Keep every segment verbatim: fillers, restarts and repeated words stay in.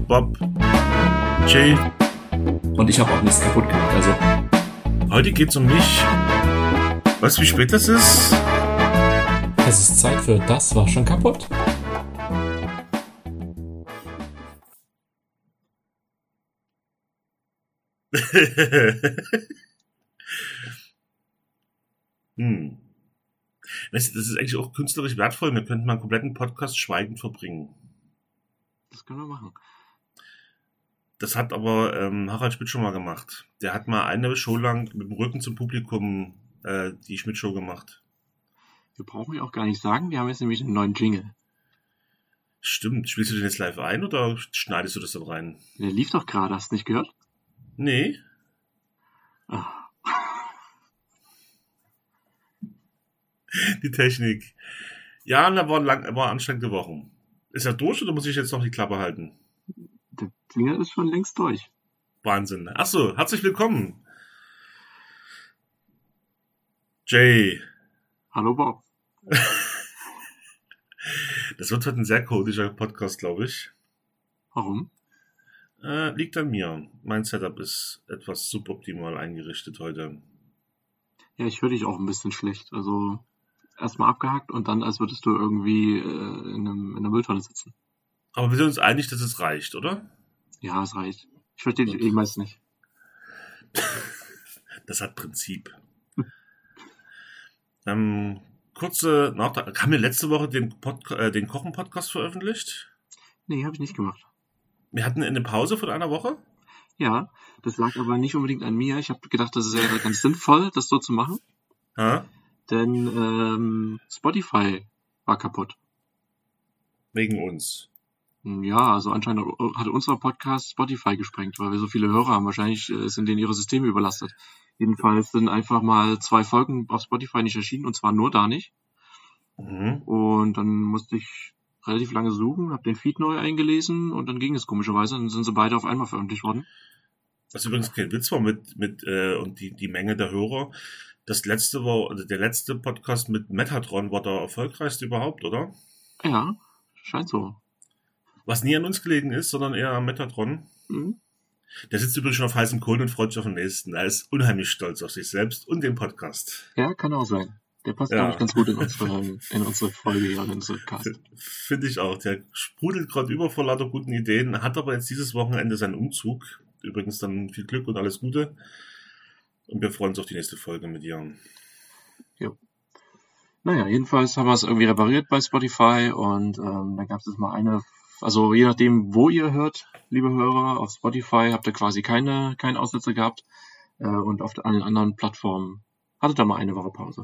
Bob, Jay. Und ich habe auch nichts kaputt gemacht, also. Heute geht's um mich. Weißt du, wie spät das ist? Es ist Zeit für Das war schon kaputt. hm. Weißt du, das ist eigentlich auch künstlerisch wertvoll. Wir könnten mal einen kompletten Podcast schweigend verbringen. Das können wir machen. Das hat aber ähm, Harald Schmidt schon mal gemacht. Der hat mal eine Show lang mit dem Rücken zum Publikum äh, die Schmidt-Show gemacht. Wir brauchen ja auch gar nicht sagen, wir haben jetzt nämlich einen neuen Jingle. Stimmt. Spielst du den jetzt live ein oder schneidest du das dann rein? Der lief doch gerade, hast du nicht gehört? Nee. Ah. Die Technik. Ja, und da waren lang, war anstrengende Wochen. Ist er durch oder muss ich jetzt noch die Klappe halten? Der Jingle ist schon längst durch. Wahnsinn. Achso, herzlich willkommen. Jay. Hallo Bob. Das wird heute ein sehr chaotischer Podcast, glaube ich. Warum? Äh, liegt an mir. Mein Setup ist etwas suboptimal eingerichtet heute. Ja, ich höre dich auch ein bisschen schlecht. Also erstmal abgehackt und dann, als würdest du irgendwie äh, in, einem, in einer Mülltonne sitzen. Aber wir sind uns einig, dass es reicht, oder? Ja, es reicht. Ich verstehe dich eh meist nicht. Das hat Prinzip. ähm, kurze Nachtrag. Haben wir letzte Woche den, Pod- äh, den Kochen-Podcast veröffentlicht? Nee, habe ich nicht gemacht. Wir hatten eine Pause von einer Woche? Ja, das lag aber nicht unbedingt an mir. Ich habe gedacht, das wäre ganz sinnvoll, das so zu machen. Ha? Denn ähm, Spotify war kaputt. Wegen uns. Ja, also anscheinend hat unser Podcast Spotify gesprengt, weil wir so viele Hörer haben. Wahrscheinlich äh, sind denen ihre Systeme überlastet. Jedenfalls sind einfach mal zwei Folgen auf Spotify nicht erschienen, und zwar nur da nicht. Mhm. Und dann musste ich relativ lange suchen, habe den Feed neu eingelesen und dann ging es komischerweise. Dann sind sie beide auf einmal veröffentlicht worden. Was übrigens kein Witz war mit, mit äh, und die, die Menge der Hörer. Das letzte war, also der letzte Podcast mit Metatron war der erfolgreichste überhaupt, oder? Ja, scheint so. Was nie an uns gelegen ist, sondern eher am Metatron. Mhm. Der sitzt übrigens schon auf heißen Kohlen und freut sich auf den nächsten. Er ist unheimlich stolz auf sich selbst und den Podcast. Ja, kann auch sein. Der passt, Ja. glaube ich, ganz gut in unsere, in unsere Folge hier und in unsere Cast. Finde ich auch. Der sprudelt gerade über vor lauter guten Ideen, hat aber jetzt dieses Wochenende seinen Umzug. Übrigens dann viel Glück und alles Gute. Und wir freuen uns auf die nächste Folge mit dir. Jo. Naja, jedenfalls haben wir es irgendwie repariert bei Spotify und ähm, da gab es jetzt mal eine, also je nachdem, wo ihr hört, liebe Hörer, auf Spotify habt ihr quasi keine, keinen Aussetzer gehabt äh, und auf allen anderen Plattformen hattet ihr mal eine Woche Pause.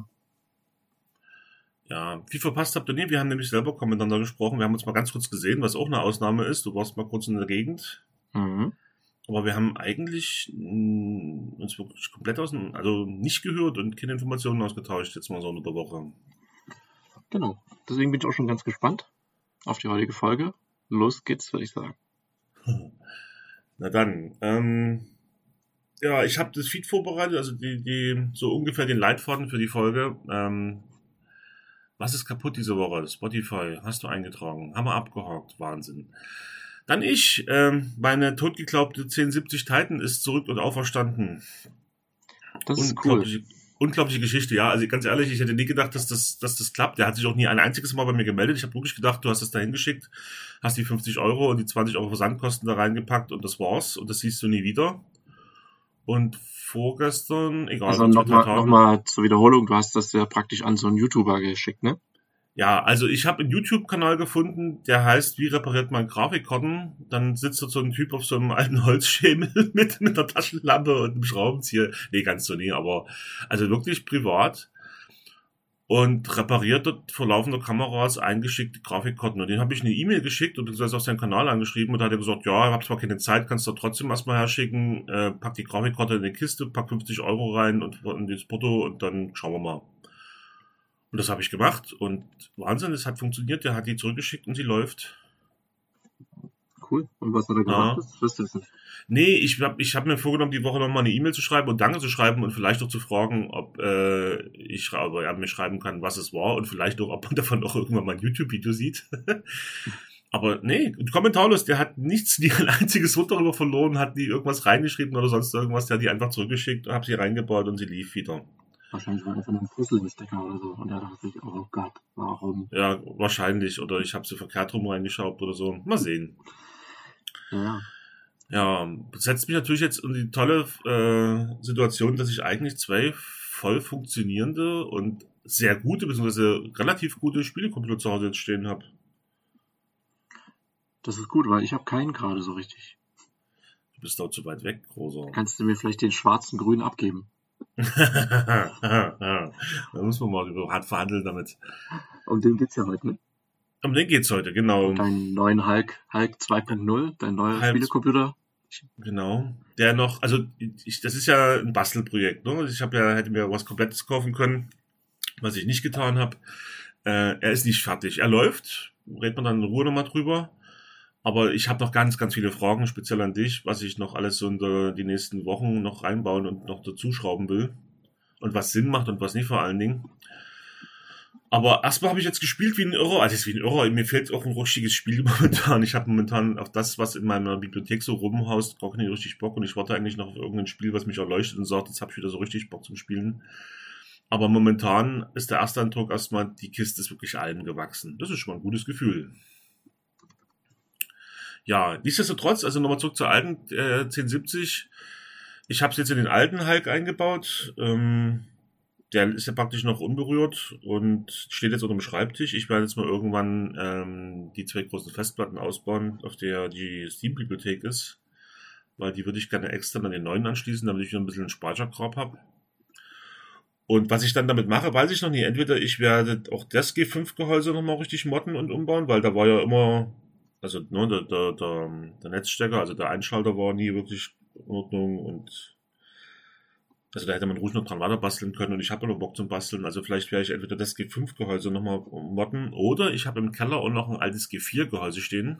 Ja, viel verpasst habt ihr nie. Wir haben nämlich selber kaum miteinander gesprochen. Wir haben uns mal ganz kurz gesehen, was auch eine Ausnahme ist. Du warst mal kurz in der Gegend. Mhm. Aber wir haben eigentlich mh, uns wirklich komplett aus dem, also nicht gehört und keine Informationen ausgetauscht, jetzt mal so unter der Woche. Genau, deswegen bin ich auch schon ganz gespannt auf die heutige Folge. Los geht's, würde ich sagen. Na dann, ähm, ja, ich habe das Feed vorbereitet, also die, die, so ungefähr den Leitfaden für die Folge. Ähm, was ist kaputt diese Woche? Spotify, hast du eingetragen, haben wir abgehakt, Wahnsinn. Dann ich, ähm, meine totgeglaubte zehn siebzig Titan ist zurück und auferstanden. Das ist cool. Unglaubliche, unglaubliche Geschichte, ja. Also ganz ehrlich, ich hätte nie gedacht, dass das, dass das klappt. Der hat sich auch nie ein einziges Mal bei mir gemeldet. Ich habe wirklich gedacht, du hast das da hingeschickt, hast die fünfzig Euro und die zwanzig Euro Versandkosten da reingepackt und das war's. Und das siehst du nie wieder. Und vorgestern, egal. Also nochmal noch mal zur Wiederholung, du hast das ja praktisch an so einen YouTuber geschickt, ne? Ja, also ich habe einen YouTube-Kanal gefunden, der heißt, wie repariert man Grafikkarten? Dann sitzt da so ein Typ auf so einem alten Holzschemel mit, mit einer Taschenlampe und einem Schraubenzieher. Nee, ganz so nie, aber also wirklich privat. Und repariert dort vor laufender Kameras eingeschickte Grafikkarten. Und den habe ich eine E-Mail geschickt und das auf seinen Kanal angeschrieben und da hat er gesagt, ja, ich habe zwar keine Zeit, kannst du trotzdem erstmal herschicken, äh, pack die Grafikkarte in eine Kiste, pack fünfzig Euro rein und in das Porto und dann schauen wir mal. Und das habe ich gemacht und Wahnsinn, es hat funktioniert, der hat die zurückgeschickt und sie läuft. Cool. Und was hat er gemacht? Ja. Das wirst du jetzt nicht. Nee, ich habe ich hab mir vorgenommen, die Woche nochmal eine E-Mail zu schreiben und Danke zu schreiben und vielleicht auch zu fragen, ob äh, ich aber er mir schreiben kann, was es war und vielleicht auch, ob man davon auch irgendwann mal ein YouTube-Video sieht. Aber nee, kommentarlos, der hat nichts, nie ein einziges Wort darüber verloren, hat nie irgendwas reingeschrieben oder sonst irgendwas, der hat die einfach zurückgeschickt und hab sie reingebaut und sie lief wieder. Wahrscheinlich war einfach nur ein Puzzle im Stecker oder so. Und er dachte sich, oh Gott, warum? Ja, wahrscheinlich. Oder ich habe sie verkehrt rum reingeschraubt oder so. Mal sehen. Ja. Ja, das setzt mich natürlich jetzt in die tolle äh, Situation, dass ich eigentlich zwei voll funktionierende und sehr gute, beziehungsweise relativ gute Spielecomputer zu Hause jetzt stehen habe. Das ist gut, weil ich habe keinen gerade so richtig. Du bist doch zu weit weg, Großer. Kannst du mir vielleicht den schwarzen Grün abgeben? Da muss man mal über hart verhandeln damit. Um den geht's ja heute, ne? Um den geht's heute, genau. Deinen neuen Hulk, Hulk zwei Punkt null, dein neuer Hulk- Spielecomputer. Genau. Der noch, also ich, das ist ja ein Bastelprojekt, ne? Ich habe ja, hätte mir was Komplettes kaufen können, was ich nicht getan habe. Äh, er ist nicht fertig. Er läuft, redet man dann in Ruhe nochmal drüber. Aber ich habe noch ganz, ganz viele Fragen, speziell an dich, was ich noch alles so in der, die nächsten Wochen noch reinbauen und noch dazuschrauben will. Und was Sinn macht und was nicht vor allen Dingen. Aber erstmal habe ich jetzt gespielt wie ein Irrer. Also wie ein Irrer, mir fehlt auch ein richtiges Spiel momentan. Ich habe momentan auf das, was in meiner Bibliothek so rumhaust, gar nicht richtig Bock. Und ich warte eigentlich noch auf irgendein Spiel, was mich erleuchtet und sagt, jetzt habe ich wieder so richtig Bock zum Spielen. Aber momentan ist der erste Eindruck erstmal, die Kiste ist wirklich allem gewachsen. Das ist schon mal ein gutes Gefühl. Ja, nichtsdestotrotz, also nochmal zurück zur alten äh, zehn siebzig. Ich habe es jetzt in den alten Hulk eingebaut. Ähm, der ist ja praktisch noch unberührt und steht jetzt unter dem Schreibtisch. Ich werde jetzt mal irgendwann ähm, die zwei großen Festplatten ausbauen, auf der die Steam-Bibliothek ist. Weil die würde ich gerne extern an den neuen anschließen, damit ich wieder ein bisschen einen Speicherkorb habe. Und was ich dann damit mache, weiß ich noch nie. Entweder ich werde auch das G fünf Gehäuse nochmal richtig modden und umbauen, weil da war ja immer... Also ne, der, der, der, der Netzstecker, also der Einschalter war nie wirklich in Ordnung und also da hätte man ruhig noch dran weiter basteln können und ich habe noch Bock zum Basteln, also vielleicht werde ich entweder das G fünf Gehäuse nochmal modden oder ich habe im Keller auch noch ein altes G vier Gehäuse stehen,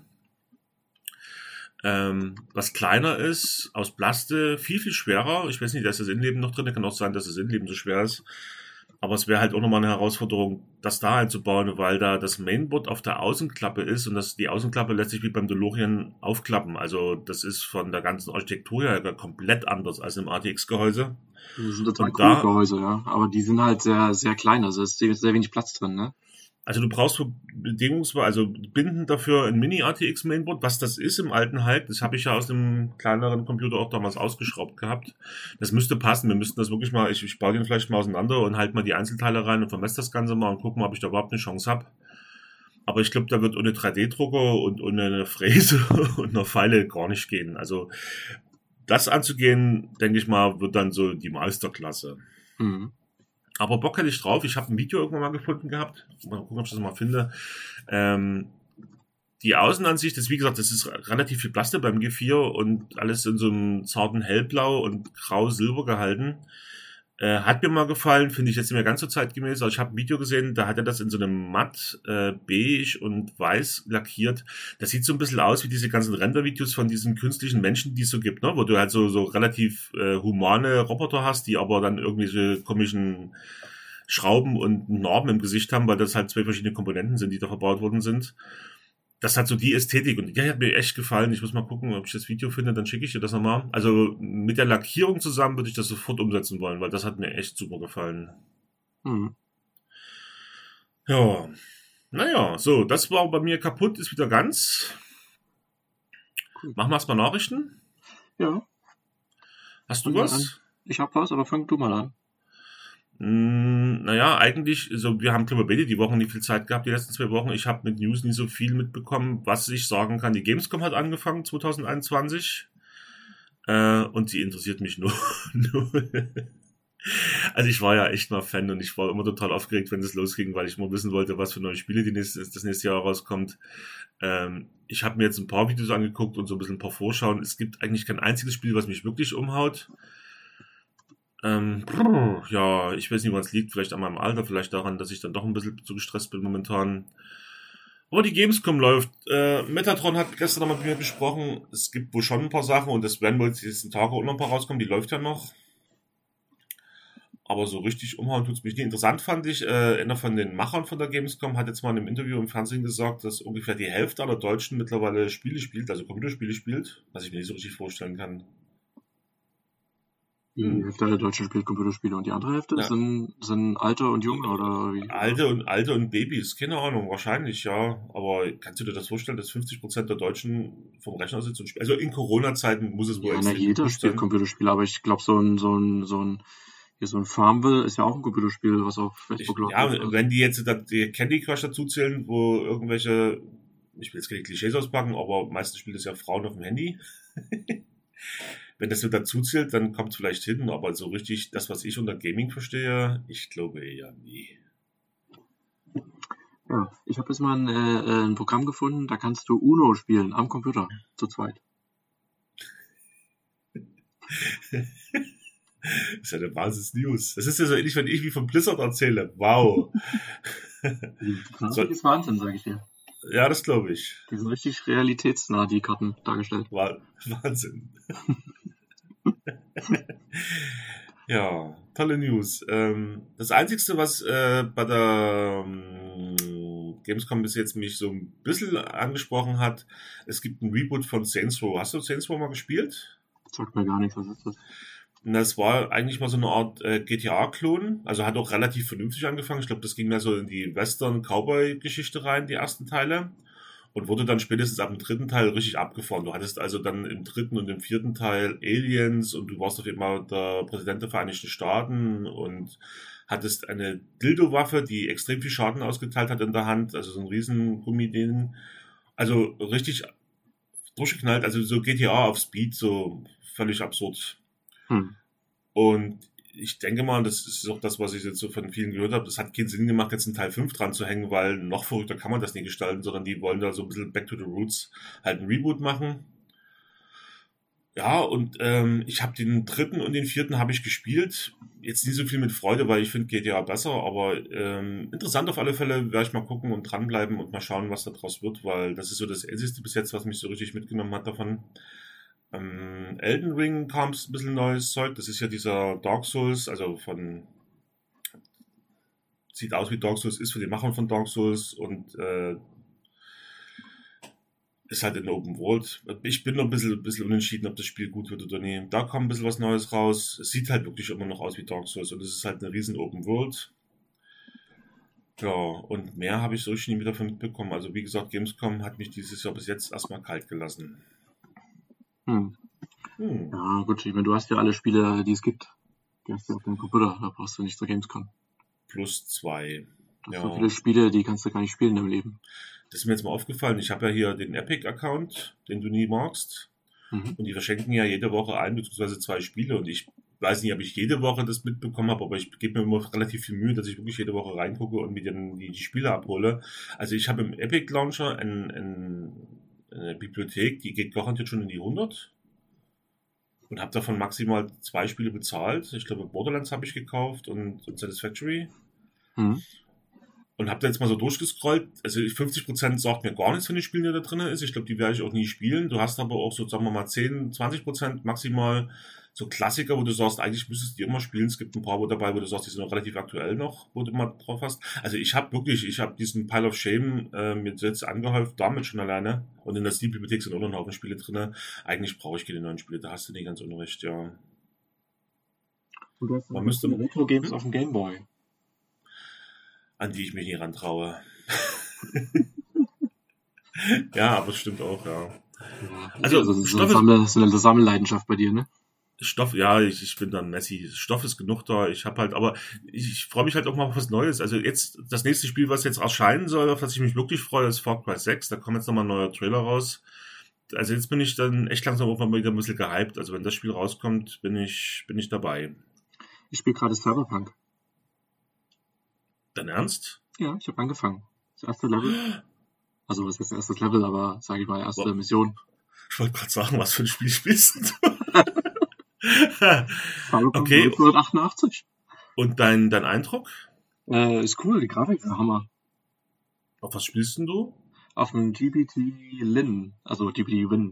ähm, was kleiner ist, aus Plaste, viel, viel schwerer. Ich weiß nicht, da ist das Innenleben noch drin, kann auch sein, dass das Innenleben so schwer ist. Aber es wäre halt auch nochmal eine Herausforderung, das da einzubauen, weil da das Mainboard auf der Außenklappe ist und das, die Außenklappe lässt sich wie beim DeLorean aufklappen. Also das ist von der ganzen Architektur her komplett anders als im R T X-Gehäuse. Die sind total Und cool da- Gehäuse, ja. Aber die sind halt sehr, sehr klein, also es ist sehr wenig Platz drin, ne? Also du brauchst für Bedingungsweise, also Binden dafür ein Mini-R T X-Mainboard. Was das ist im alten Hulk, das habe ich ja aus dem kleineren Computer auch damals ausgeschraubt gehabt. Das müsste passen. Wir müssten das wirklich mal, ich, ich baue den vielleicht mal auseinander und halt mal die Einzelteile rein und vermesse das Ganze mal und gucken, ob ich da überhaupt eine Chance habe. Aber ich glaube, da wird ohne drei D Drucker und ohne eine Fräse und eine Pfeile gar nicht gehen. Also das anzugehen, denke ich mal, wird dann so die Meisterklasse. Mhm. Aber Bock hätte ich drauf. Ich habe ein Video irgendwann mal gefunden gehabt. Mal gucken, ob ich das mal finde. Ähm, die Außenansicht ist, wie gesagt, das ist relativ viel Plastik beim G vier und alles in so einem zarten Hellblau und grau-silber gehalten. Äh, hat mir mal gefallen, finde ich jetzt nicht mehr ganz so zeitgemäß. Aber ich habe ein Video gesehen, da hat er das in so einem matt, äh, beige und weiß lackiert. Das sieht so ein bisschen aus wie diese ganzen Render-Videos von diesen künstlichen Menschen, die es so gibt, ne? Wo du halt so, so relativ äh, humane Roboter hast, die aber dann irgendwelche komischen Schrauben und Narben im Gesicht haben, weil das halt zwei verschiedene Komponenten sind, die da verbaut worden sind. Das hat so die Ästhetik und die hat mir echt gefallen. Ich muss mal gucken, ob ich das Video finde, dann schicke ich dir das nochmal. Also mit der Lackierung zusammen würde ich das sofort umsetzen wollen, weil das hat mir echt super gefallen. Mhm. Ja, naja, so, das war bei mir kaputt, ist wieder ganz. Cool. Machen wir erstmal Nachrichten. Ja, Hast du Fang mal was? ich hab was, aber fang du mal an. Mm, naja, eigentlich, so, wir haben drüber beide die Wochen nicht viel Zeit gehabt, die letzten zwei Wochen. Ich habe mit News nie so viel mitbekommen, was ich sagen kann. Die Gamescom hat angefangen zwanzig einundzwanzig äh, und sie interessiert mich nur. nur. Also ich war ja echt mal Fan und ich war immer total aufgeregt, wenn es losging, weil ich mal wissen wollte, was für neue Spiele die nächste, das nächste Jahr rauskommt. Ähm, ich habe mir jetzt ein paar Videos angeguckt und so ein bisschen ein paar Vorschauen. Es gibt eigentlich kein einziges Spiel, was mich wirklich umhaut. Ähm, ja, ich weiß nicht, woran es liegt. Vielleicht an meinem Alter, vielleicht daran, dass ich dann doch ein bisschen zu gestresst bin momentan. Aber die Gamescom läuft. Äh, Metatron hat gestern nochmal mit mir besprochen. Es gibt wohl schon ein paar Sachen und es werden wohl die nächsten Tage auch noch ein paar rauskommen. Die läuft ja noch. Aber so richtig umhauen tut's mich nicht. Interessant fand ich, äh, einer von den Machern von der Gamescom hat jetzt mal in einem Interview im Fernsehen gesagt, dass ungefähr die Hälfte aller Deutschen mittlerweile Spiele spielt, also Computerspiele spielt, was ich mir nicht so richtig vorstellen kann. Die Hälfte der Deutschen spielt Computerspiele und die andere Hälfte Ja. sind, sind Alte und Junge oder wie? Alte und Alte und Babys, keine Ahnung, wahrscheinlich, ja. Aber kannst du dir das vorstellen, dass fünfzig Prozent der Deutschen vom Rechner sitzen und spielen? Also in Corona-Zeiten muss es wohl Ja, na, extrem jeder gepusht spielt sein. Computerspiele, aber ich glaube, so ein, so ein, so ein, hier so ein Farmville ist ja auch ein Computerspiel, was auf Ich, Facebook läuft. ja, Also, wenn die jetzt da- die Candy Crush dazu zählen, wo irgendwelche, ich will jetzt keine Klischees auspacken, aber meistens spielen das ja Frauen auf dem Handy. Wenn das so dazu zählt, dann kommt es vielleicht hin, aber so richtig das, was ich unter Gaming verstehe, ich glaube eher nie. ja, ich habe jetzt mal ein, äh, ein Programm gefunden, da kannst du Uno spielen am Computer zu zweit. Das ist ja eine Wahnsinns-News. Das ist ja so ähnlich, wenn ich wie von Blizzard erzähle. Wow. Die Grafik So- ist Wahnsinn, sage ich dir. Ja, das glaube ich. Die sind richtig realitätsnah, die Karten dargestellt. Wa- Wahnsinn. Ja, tolle News. Ähm, das Einzige, was äh, bei der ähm, Gamescom bis jetzt mich so ein bisschen angesprochen hat, es gibt ein Reboot von Saints Row. Hast du Saints Row mal gespielt? Sagt mir gar nichts, was ist das? Und das war eigentlich mal so eine Art äh, G T A-Klon. Also hat auch relativ vernünftig angefangen. Ich glaube, das ging mehr so in die Western-Cowboy-Geschichte rein, die ersten Teile. Und wurde dann spätestens ab dem dritten Teil richtig abgefahren. Du hattest also dann im dritten und im vierten Teil Aliens und du warst auf einmal der Präsident der Vereinigten Staaten und hattest eine Dildo-Waffe, die extrem viel Schaden ausgeteilt hat in der Hand. Also so ein riesen Gummiding. Also richtig durchgeknallt. Also so G T A auf Speed, so völlig absurd. Hm. Und ich denke mal, das ist auch das, was ich jetzt so von vielen gehört habe, das hat keinen Sinn gemacht, jetzt einen Teil fünf dran zu hängen, weil noch verrückter kann man das nicht gestalten, sondern die wollen da so ein bisschen back to the roots halt ein Reboot machen. Ja, und ähm, ich habe den dritten und den vierten habe ich gespielt. Jetzt nicht so viel mit Freude, weil ich finde G T A besser, aber ähm, interessant auf alle Fälle, werde ich mal gucken und dranbleiben und mal schauen, was da draus wird, weil das ist so das Einzige bis jetzt, was mich so richtig mitgenommen hat davon. Ähm, Elden Ring kam ein bisschen neues Zeug. Das ist ja dieser Dark Souls, also von sieht aus wie Dark Souls ist für die Macher von Dark Souls und äh, ist halt in der Open World. Ich bin noch ein bisschen, ein bisschen unentschieden, ob das Spiel gut wird oder nicht. Da kommt ein bisschen was Neues raus. Es sieht halt wirklich immer noch aus wie Dark Souls und es ist halt eine riesen Open World. Ja, und mehr habe ich so richtig nie wieder davon mitbekommen. Also wie gesagt, Gamescom hat mich dieses Jahr bis jetzt erstmal kalt gelassen. Hm. Hm. Ja, gut, ich meine, du hast ja alle Spiele, die es gibt. Die hast du auf deinem Computer, da brauchst du nicht zur Gamescom. Plus zwei. Du hast Ja. so viele Spiele, die kannst du gar nicht spielen im Leben. Das ist mir jetzt mal aufgefallen. Ich habe ja hier den Epic-Account, den du nie magst. Mhm. Und die verschenken ja jede Woche ein bzw. zwei Spiele. Und ich weiß nicht, ob ich jede Woche das mitbekommen habe, aber ich gebe mir immer relativ viel Mühe, dass ich wirklich jede Woche reingucke und mir dann die, die Spiele abhole. Also ich habe im Epic Launcher ein, ein, eine Bibliothek, die geht garantiert schon in die hundert. Und habe davon maximal zwei Spiele bezahlt. Ich glaube, Borderlands habe ich gekauft und, und Satisfactory. Mhm. Und habe da jetzt mal so durchgescrollt. Also fünfzig Prozent sagt mir gar nichts von den Spielen, die da drin ist. Ich glaube, die werde ich auch nie spielen. Du hast aber auch so, sagen wir mal, zehn, zwanzig Prozent maximal so Klassiker, wo du sagst, eigentlich müsstest du die immer spielen. Es gibt ein paar wo dabei, wo du sagst, die sind noch relativ aktuell noch, wo du mal drauf hast. Also ich habe wirklich, ich habe diesen Pile of Shame äh, mir jetzt angehäuft, damit schon alleine. Und in der Steam-Bibliothek sind auch noch ein Haufen Spiele drin. Eigentlich brauche ich keine neuen Spiele, da hast du nicht ganz unrecht, ja. Und du hast Man müsste- Retro-Games auf dem Gameboy. An die ich mich nie rantraue. Ja, aber es stimmt auch, ja. Also, Also, das ist Stoff eine, ist- Sammel, das ist eine Sammelleidenschaft bei dir, ne? Stoff, ja, ich, ich bin dann Messi. Stoff ist genug da. Ich habe halt, aber ich, ich freue mich halt auch mal auf was Neues. Also jetzt, das nächste Spiel, was jetzt erscheinen soll, auf das ich mich wirklich freue, ist Far Cry sechs. Da kommt jetzt nochmal ein neuer Trailer raus. Also jetzt bin ich dann echt langsam auch mal wieder ein bisschen gehypt. Also wenn das Spiel rauskommt, bin ich, bin ich dabei. Ich spiele gerade Cyberpunk. Dein Ernst? Ja, ich habe angefangen. Das erste Level. Also, was ist das erste Level, aber sage ich mal, erste Wow. Mission. Ich wollte gerade sagen, was für ein Spiel spielst du? Cyberpunk Okay. neunzehnhundertachtundachtzig. Und dein, dein Eindruck? Äh, ist cool, die Grafik ist Hammer. Auf was spielst denn du? Auf dem G P T Lin, also G P T Win.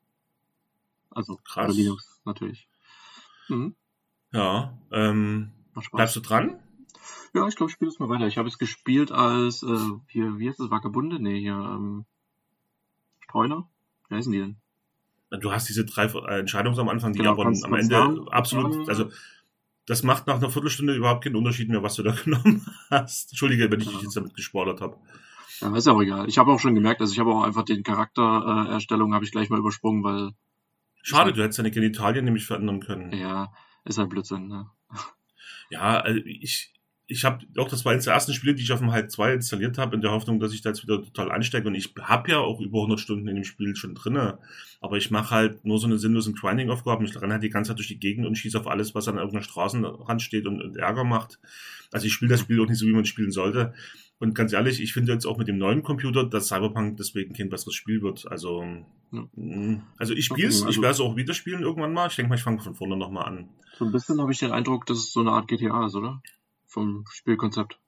Also, Krass. oder Linux, natürlich. Mhm. Ja, ähm, Macht Spaß. Bleibst du dran? Ja, ich glaube, ich spiele es mal weiter. Ich habe es gespielt als, äh, hier, wie heißt das, Vagabunde? Nee, hier, ähm, Streuner? Wie heißen die denn? Du hast diese drei äh, Entscheidungen am Anfang, die Genau, aber kannst- am kannst Ende sagen, absolut, sagen. also das macht nach einer Viertelstunde überhaupt keinen Unterschied mehr, was du da genommen hast. Entschuldige, wenn ich dich Ja. jetzt damit gespoilert habe. Ja, ist ja auch egal. Ich habe auch schon gemerkt, also ich habe auch einfach den Charaktererstellung äh, Erstellung habe ich gleich mal übersprungen, weil, Schade, du hättest deine Genitalien nämlich verändern können. ja, ist halt Blödsinn, ne? Ja, also ich, ich habe auch, das war eines der ersten Spiele, die ich auf dem Hype zwei installiert habe, in der Hoffnung, dass ich da jetzt wieder total einsteige. Und ich habe ja auch über hundert Stunden in dem Spiel schon drinne. Aber ich mache halt nur so eine sinnlosen Grinding-Aufgaben. Ich renne halt die ganze Zeit durch die Gegend und schieße auf alles, was an irgendeiner Straßenrand steht und, und Ärger macht. Also ich spiele das Spiel auch nicht so, wie man es spielen sollte. Und ganz ehrlich, ich finde jetzt auch mit dem neuen Computer, dass Cyberpunk deswegen kein besseres Spiel wird. Also, Ja. mh, also ich spiele es, Okay, ich also- werde es auch wieder spielen irgendwann mal. Ich denke mal, ich fange von vorne nochmal an. So ein bisschen habe ich den Eindruck, dass es so eine Art G T A ist, oder? Vom Spielkonzept.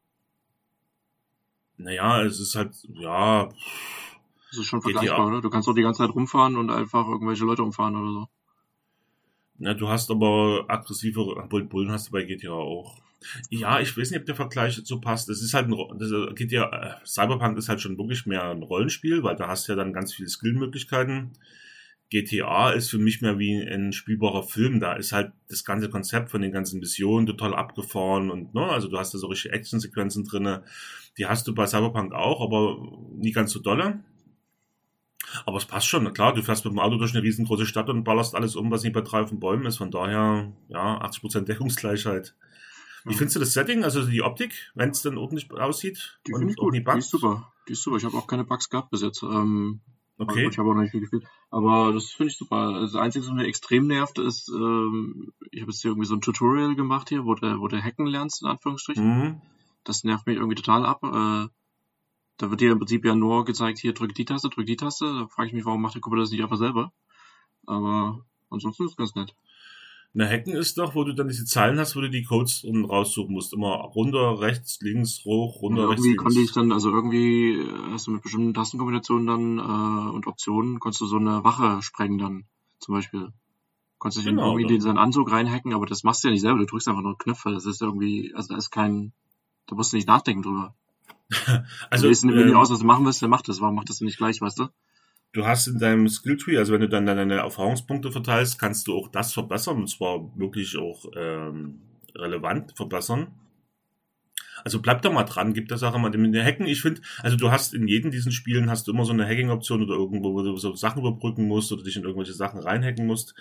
Naja, es ist halt, ja, Das ist schon G T A. vergleichbar, oder? Du kannst auch die ganze Zeit rumfahren und einfach irgendwelche Leute umfahren oder so. na, du hast aber aggressivere Bullen hast du bei G T A auch. Ja, ich weiß nicht, ob der Vergleich so passt. Es ist halt ein, Ro- das äh, G T A, äh, Cyberpunk ist halt schon wirklich mehr ein Rollenspiel, weil da hast du ja dann ganz viele Skillmöglichkeiten. G T A ist für mich mehr wie ein spielbarer Film. Da ist halt das ganze Konzept von den ganzen Missionen total abgefahren und, ne, also du hast da so richtige Actionsequenzen drinne. Die hast du bei Cyberpunk auch, aber nie ganz so dolle. Aber es passt schon, klar, du fährst mit dem Auto durch eine riesengroße Stadt und ballerst alles um, was nicht bei drei von Bäumen ist. Von daher, ja, achtzig Prozent Deckungsgleichheit. Wie Ja. findest du das Setting, also die Optik, wenn es dann ordentlich aussieht? Die und finde ich auch gut. die Die Bugs? ist super. Die ist super. Ich habe auch keine Bugs gehabt bis jetzt. Ähm, Okay. Ich habe auch noch nicht viel gespielt. Aber das finde ich super. Das Einzige, was mir extrem nervt, ist, ähm, ich habe jetzt hier irgendwie so ein Tutorial gemacht hier, wo du, wo du hacken lernst, in Anführungsstrichen. Mhm. Das nervt mich irgendwie total ab. Äh, da wird dir im Prinzip ja nur gezeigt, hier drück die Taste, drück die Taste. Da frage ich mich, warum macht der Computer das nicht einfach selber? Aber ansonsten ist es ganz nett. Na, Hacken ist doch, wo du dann diese Zeilen hast, wo du die Codes dann raussuchen musst. Immer runter, rechts, links, hoch, runter, Und rechts, irgendwie links. konnte ich dann, also irgendwie äh, hast du mit bestimmten Tastenkombinationen dann äh, und Optionen, konntest du so eine Wache sprengen dann, zum Beispiel. Konntest du Genau, irgendwie dann- in seinen Anzug reinhacken, aber das machst du ja nicht selber, du drückst einfach nur Knöpfe. Das ist irgendwie, also da ist kein, da musst du nicht nachdenken drüber. Also, Also, du nicht ähm, aus, was du machen willst, der macht das. Warum macht das denn nicht gleich, weißt du? du hast in deinem Skilltree, also wenn du dann deine Erfahrungspunkte verteilst, kannst du auch das verbessern, und zwar wirklich auch ähm, relevant verbessern. Also bleib da mal dran, gib der Sache mal den Hacken. Ich finde, also du hast in jedem diesen Spielen hast du immer so eine Hacking-Option oder irgendwo, wo du so Sachen überbrücken musst oder dich in irgendwelche Sachen reinhacken musst.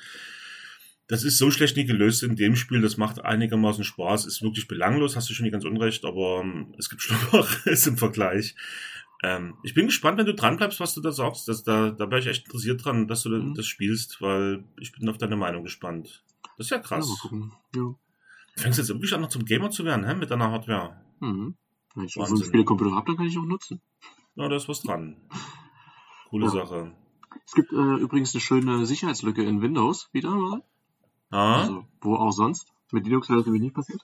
Das ist so schlecht nie gelöst in dem Spiel, das macht einigermaßen Spaß, ist wirklich belanglos, hast du schon nicht ganz unrecht, aber ähm, es gibt Schlimmeres im Vergleich. Ähm, ich bin gespannt, wenn du dran bleibst, was du da sagst. Das, da, da wäre ich echt interessiert dran, dass du Mhm. das spielst, weil ich bin auf deine Meinung gespannt. Das ist ja Ja, krass. mal gucken. Ja. Du fängst jetzt wirklich an, noch zum Gamer zu werden, hä? Mit deiner Hardware. Mhm. Wenn ich so einen Wahnsinn. Spielecomputer habe, dann kann ich ihn auch nutzen. Ja, da ist was dran. Coole Ja. Sache. Es gibt äh, übrigens eine schöne Sicherheitslücke in Windows wieder mal. Ah, Also, wo auch sonst. Mit Linux wäre das nämlich nicht passiert.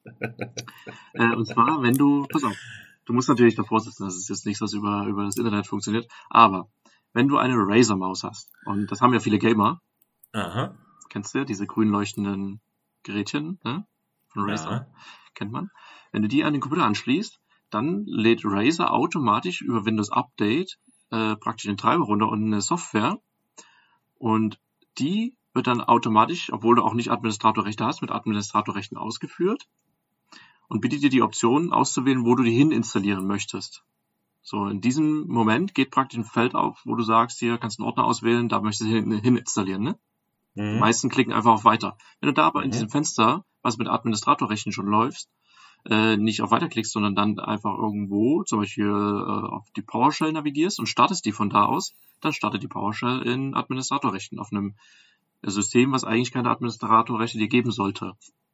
äh, und zwar, wenn du, pass auf, du musst natürlich davor sitzen, das ist jetzt nichts, was über, über das Internet funktioniert, aber wenn du eine Razer-Maus hast, und das haben ja viele Gamer, aha. kennst du ja, diese grün leuchtenden Gerätchen, ne? Von Razer, Ja. kennt man. Wenn du die an den Computer anschließt, dann lädt Razer automatisch über Windows Update äh, praktisch den Treiber runter und eine Software, und die wird dann automatisch, obwohl du auch nicht Administratorrechte hast, mit Administratorrechten ausgeführt und bietet dir die Option auszuwählen, wo du die hin installieren möchtest. So, in diesem Moment geht praktisch ein Feld auf, wo du sagst, hier kannst du einen Ordner auswählen, da möchtest du hin, hin installieren, ne? Die Mhm. meisten klicken einfach auf Weiter. Wenn du da aber in Mhm. diesem Fenster, was mit Administratorrechten schon läuft, äh, nicht auf Weiter klickst, sondern dann einfach irgendwo, zum Beispiel äh, auf die PowerShell navigierst und startest die von da aus, dann startet die PowerShell in Administratorrechten auf einem System, was eigentlich keine Administratorrechte dir geben sollte.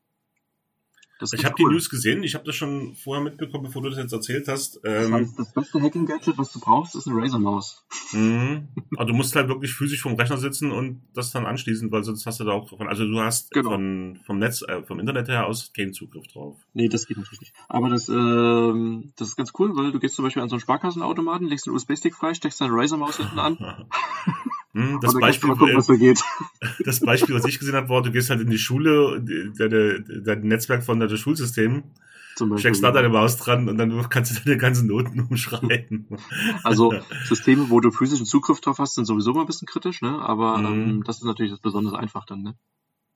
Das ist Ich ganz habe die cool. News gesehen, ich habe das schon vorher mitbekommen, bevor du das jetzt erzählt hast. Das Ähm, heißt, das beste Hacking-Gadget, was du brauchst, ist eine Razer-Maus. mhm. Aber du musst halt wirklich physisch vom Rechner sitzen und das dann anschließen, weil sonst hast du da auch von, also du hast Genau. von, vom Netz, äh, vom Internet her aus keinen Zugriff drauf. Nee, das geht natürlich nicht. Aber das, ähm, das ist ganz cool, weil du gehst zum Beispiel an so einen Sparkassenautomaten, legst einen U S B-Stick frei, steckst deine Razer-Maus hinten an Hm, das Und dann kannst du Beispiel, mal gucken, was äh, da geht. das Beispiel, was ich gesehen habe, war, du gehst halt in die Schule, deine, dein Netzwerk von deinem Schulsystem, Zum Beispiel, steckst da ja. deine Maus dran und dann kannst du deine ganzen Noten umschreiben. Also Systeme, wo du physischen Zugriff drauf hast, sind sowieso mal ein bisschen kritisch, ne? Aber ähm, Mhm. das ist natürlich das besonders einfach dann, ne?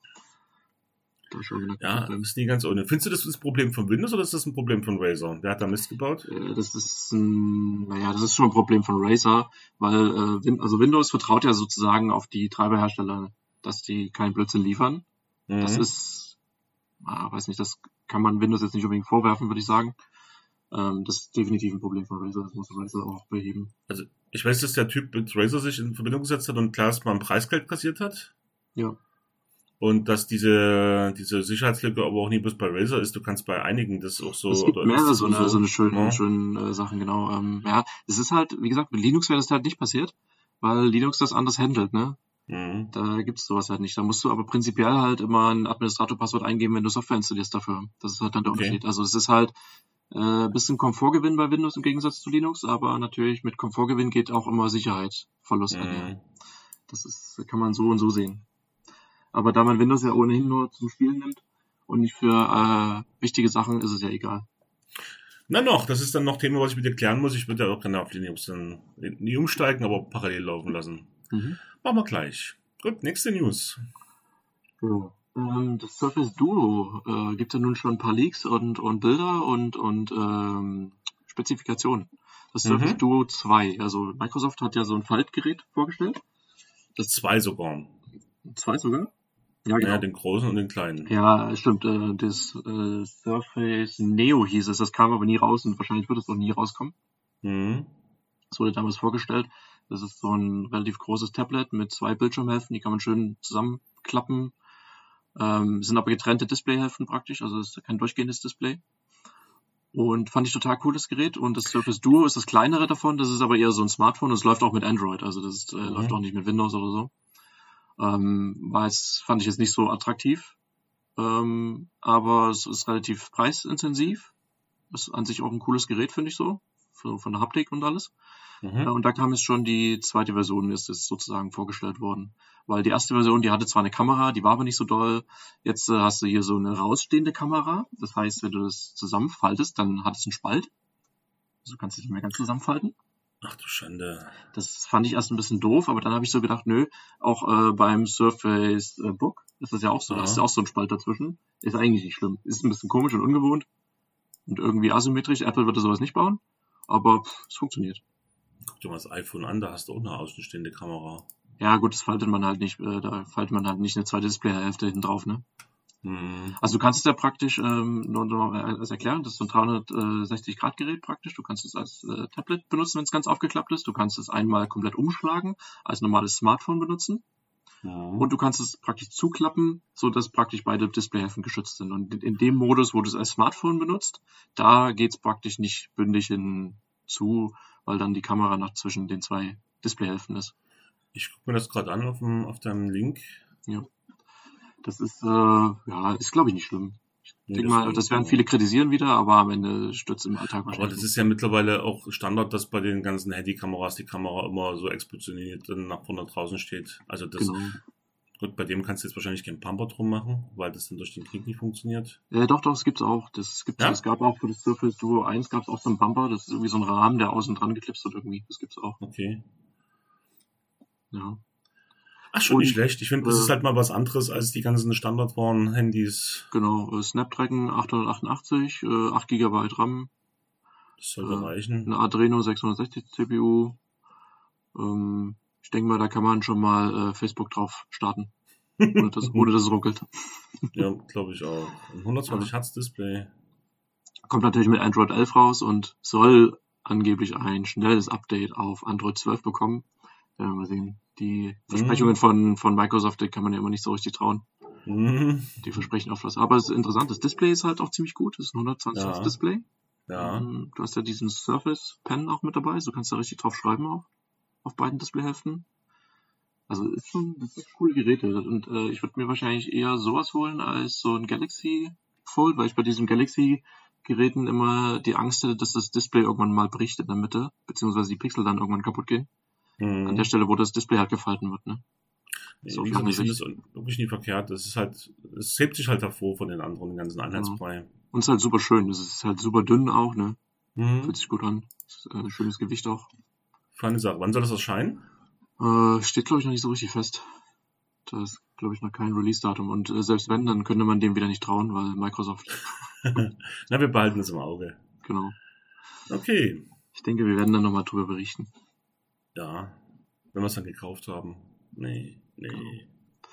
Da schon wieder Ja, Problem. ist nie ganz ohne. Findest du, das ist ein Problem von Windows oder ist das ein Problem von Razer? Wer hat da Mist gebaut? Äh, Das ist ein, naja, das ist schon ein Problem von Razer, weil äh, Win- also Windows vertraut ja sozusagen auf die Treiberhersteller, dass die keinen Blödsinn liefern. Das Mhm. ist, ah, weiß nicht, das kann man Windows jetzt nicht unbedingt vorwerfen, würde ich sagen. Ähm, das ist definitiv ein Problem von Razer, das muss Razer auch beheben. Also, ich weiß, dass der Typ mit Razer sich in Verbindung gesetzt hat und klar erstmal ein Preisgeld kassiert hat. Ja, Und dass diese, diese Sicherheitslücke aber auch nie bloß bei Razer ist. Du kannst bei einigen das auch so, es gibt oder ist mehrere das so auch eine, so? so eine schönen, Ja. schönen äh, Sachen, genau. Ähm, ja, es ist halt, wie gesagt, mit Linux wäre das halt nicht passiert, weil Linux das anders handelt, ne? Mhm. Da gibt's sowas halt nicht. Da musst du aber prinzipiell halt immer ein Administratorpasswort eingeben, wenn du Software installierst dafür. Das ist halt dann der Okay. Unterschied. Also es ist halt äh, ein bisschen Komfortgewinn bei Windows im Gegensatz zu Linux, aber natürlich mit Komfortgewinn geht auch immer Sicherheitsverlust einher. Mhm. Das ist, kann man so und so sehen. Aber da man Windows ja ohnehin nur zum Spielen nimmt und nicht für äh, wichtige Sachen, ist es ja egal. Na noch, das ist dann noch Thema, was ich mit dir klären muss. Ich würde ja auch gerne auf Linux dann nie umsteigen, aber parallel laufen lassen. Mhm. Machen wir gleich. Gut, nächste News. Ja. Ähm, das Surface Duo äh, gibt ja nun schon ein paar Leaks und, und Bilder und, und ähm, Spezifikationen. Das Surface Mhm. Duo zwei, also Microsoft hat ja so ein Faltgerät vorgestellt. Das Zwei sogar. zwei sogar? Ja, genau. Ja, den großen und den kleinen. Ja, stimmt. Äh, das äh, Surface Neo hieß es. Das kam aber nie raus und wahrscheinlich wird es auch nie rauskommen. Mhm. Das wurde damals vorgestellt. Das ist so ein relativ großes Tablet mit zwei Bildschirmhälften. Die kann man schön zusammenklappen. Ähm, sind aber getrennte Displayhälften praktisch. Also es ist kein durchgehendes Display. Und fand ich total cooles Gerät. Und das Surface Duo ist das kleinere davon. Das ist aber eher so ein Smartphone. Das läuft auch mit Android. Also das ist, äh, Mhm. läuft auch nicht mit Windows oder so. Ähm, war jetzt, fand ich jetzt nicht so attraktiv. Ähm, aber es ist relativ preisintensiv. Ist an sich auch ein cooles Gerät, finde ich so. So von der Haptik und alles. Mhm. Ja, und da kam jetzt schon die zweite Version, ist jetzt sozusagen vorgestellt worden. Weil die erste Version, die hatte zwar eine Kamera, die war aber nicht so doll. Jetzt äh, hast du hier so eine rausstehende Kamera. Das heißt, wenn du das zusammenfaltest, dann hat es einen Spalt. Also du kannst es nicht mehr ganz zusammenfalten. Ach du Schande. Das fand ich erst ein bisschen doof, aber dann habe ich so gedacht, nö, auch äh, beim Surface äh, Book ist das ja auch so, da Ja. ist ja auch so ein Spalt dazwischen. Ist eigentlich nicht schlimm. Ist ein bisschen komisch und ungewohnt und irgendwie asymmetrisch. Apple würde sowas nicht bauen, aber pff, es funktioniert. Guck dir mal das iPhone an, da hast du auch eine außenstehende Kamera. Ja gut, das faltet man halt nicht, äh, da faltet man halt nicht eine zweite Displayhälfte hinten drauf, ne? Mhm. Also du kannst es ja praktisch, ähm, nur, nur als Erklärung, das ist so ein dreihundertsechzig Grad Gerät praktisch. Du kannst es als äh, Tablet benutzen, wenn es ganz aufgeklappt ist. Du kannst es einmal komplett umschlagen, als normales Smartphone benutzen. Mhm. Und du kannst es praktisch zuklappen, so dass praktisch beide Displayhälften geschützt sind. Und in dem Modus, wo du es als Smartphone benutzt, da geht's praktisch nicht bündig hinzu, weil dann die Kamera noch zwischen den zwei Displayhälften ist. Ich gucke mir das gerade an auf, dem, auf deinem Link. Ja. Das ist, äh, ja, ist glaube ich nicht schlimm. Ich Nee, denke das mal, denke das ich werden auch. viele kritisieren wieder, aber am Ende stürzt im Alltag Aber wahrscheinlich. das ist ja mittlerweile auch Standard, dass bei den ganzen Handykameras die Kamera immer so expositioniert dann nach vorne draußen steht. Also das, Genau. gut, bei dem kannst du jetzt wahrscheinlich keinen Pumper drum machen, weil das dann durch den Krieg nicht funktioniert. Ja, doch, doch, es gibt's auch. Das gibt's, Ja? es gab auch für das Surface Duo eins gab's auch so einen Bumper. Das ist irgendwie so ein Rahmen, der außen dran geklipst wird irgendwie. Das gibt's auch. Okay. Ja. Ach, schon Und, nicht schlecht. Ich finde, das äh, ist halt mal was anderes als die ganzen Standardwaren-Handys. Genau. Äh, Snapdragon achthundertachtundachtzig, äh, acht Gigabyte RAM, Das sollte äh, reichen. eine Adreno sechshundertsechzig C P U. Ähm, ich denke mal, da kann man schon mal äh, Facebook drauf starten, ohne dass, ohne dass es ruckelt. Ja, glaube ich auch. Ein hundertzwanzig Hertz Display. Kommt natürlich mit Android elf raus und soll angeblich ein schnelles Update auf Android zwölf bekommen. Werden wir mal sehen. Die Versprechungen von, von Microsoft, die kann man ja immer nicht so richtig trauen. Mhm. Die versprechen oft was. Aber es ist interessant. Das Display ist halt auch ziemlich gut. Das ist ein hundertzwanzig Hertz Ja. Display. Ja. Ähm, Du hast ja diesen Surface Pen auch mit dabei. Also du kannst da richtig drauf schreiben auch. Auf beiden Displayhälften. Also ist schon, das sind coole Geräte. Und äh, ich würde mir wahrscheinlich eher sowas holen als so ein Galaxy Fold, weil ich bei diesen Galaxy Geräten immer die Angst hätte, dass das Display irgendwann mal bricht in der Mitte, beziehungsweise die Pixel dann irgendwann kaputt gehen. An der Stelle, wo das Display halt gefalten wird, ne? So, wie gesagt, ich finde das wirklich nie verkehrt. Das ist halt, es hebt sich halt hervor von den anderen, den ganzen Einheitsbrei. Ja. Und es ist halt super schön. Es ist halt super dünn auch, ne? Mhm. Fühlt sich gut an. Ist, äh, schönes Gewicht auch. Feine Sache. Wann soll das erscheinen? Äh, steht, glaube ich, noch nicht so richtig fest. Da ist, glaube ich, noch kein Release-Datum. Und äh, selbst wenn, dann könnte man dem wieder nicht trauen, weil Microsoft... Na, wir behalten es im Auge. Genau. Okay. Ich denke, wir werden dann nochmal drüber berichten. Ja, wenn wir es dann gekauft haben. Nee, nee.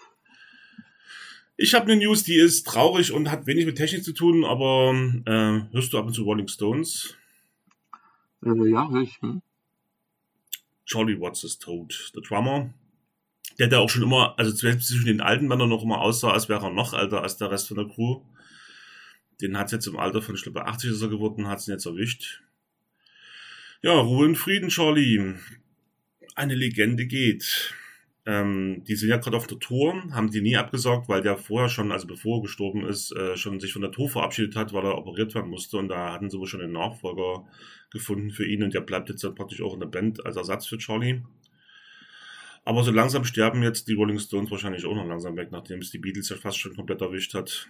Ich habe eine News, die ist traurig und hat wenig mit Technik zu tun, aber äh, hörst du ab und zu Rolling Stones? Äh, ja, höre ich. Hm? Charlie Watts ist tot. Der Drummer, der da auch schon immer, also selbst zwischen den alten Männern noch immer aussah, als wäre er noch älter als der Rest von der Crew. Den hat es jetzt im Alter von, ich glaube, achtzig ist er geworden, hat es ihn jetzt erwischt. Ja, Ruhe in Frieden, Charlie. Eine Legende geht. Ähm, die sind ja gerade auf der Tour, haben die nie abgesagt, weil der vorher schon, also bevor er gestorben ist, äh, schon sich von der Tour verabschiedet hat, weil er operiert werden musste, und da hatten sie wohl schon einen Nachfolger gefunden für ihn, und der bleibt jetzt dann praktisch auch in der Band als Ersatz für Charlie. Aber so langsam sterben jetzt die Rolling Stones wahrscheinlich auch noch langsam weg, nachdem es die Beatles ja fast schon komplett erwischt hat.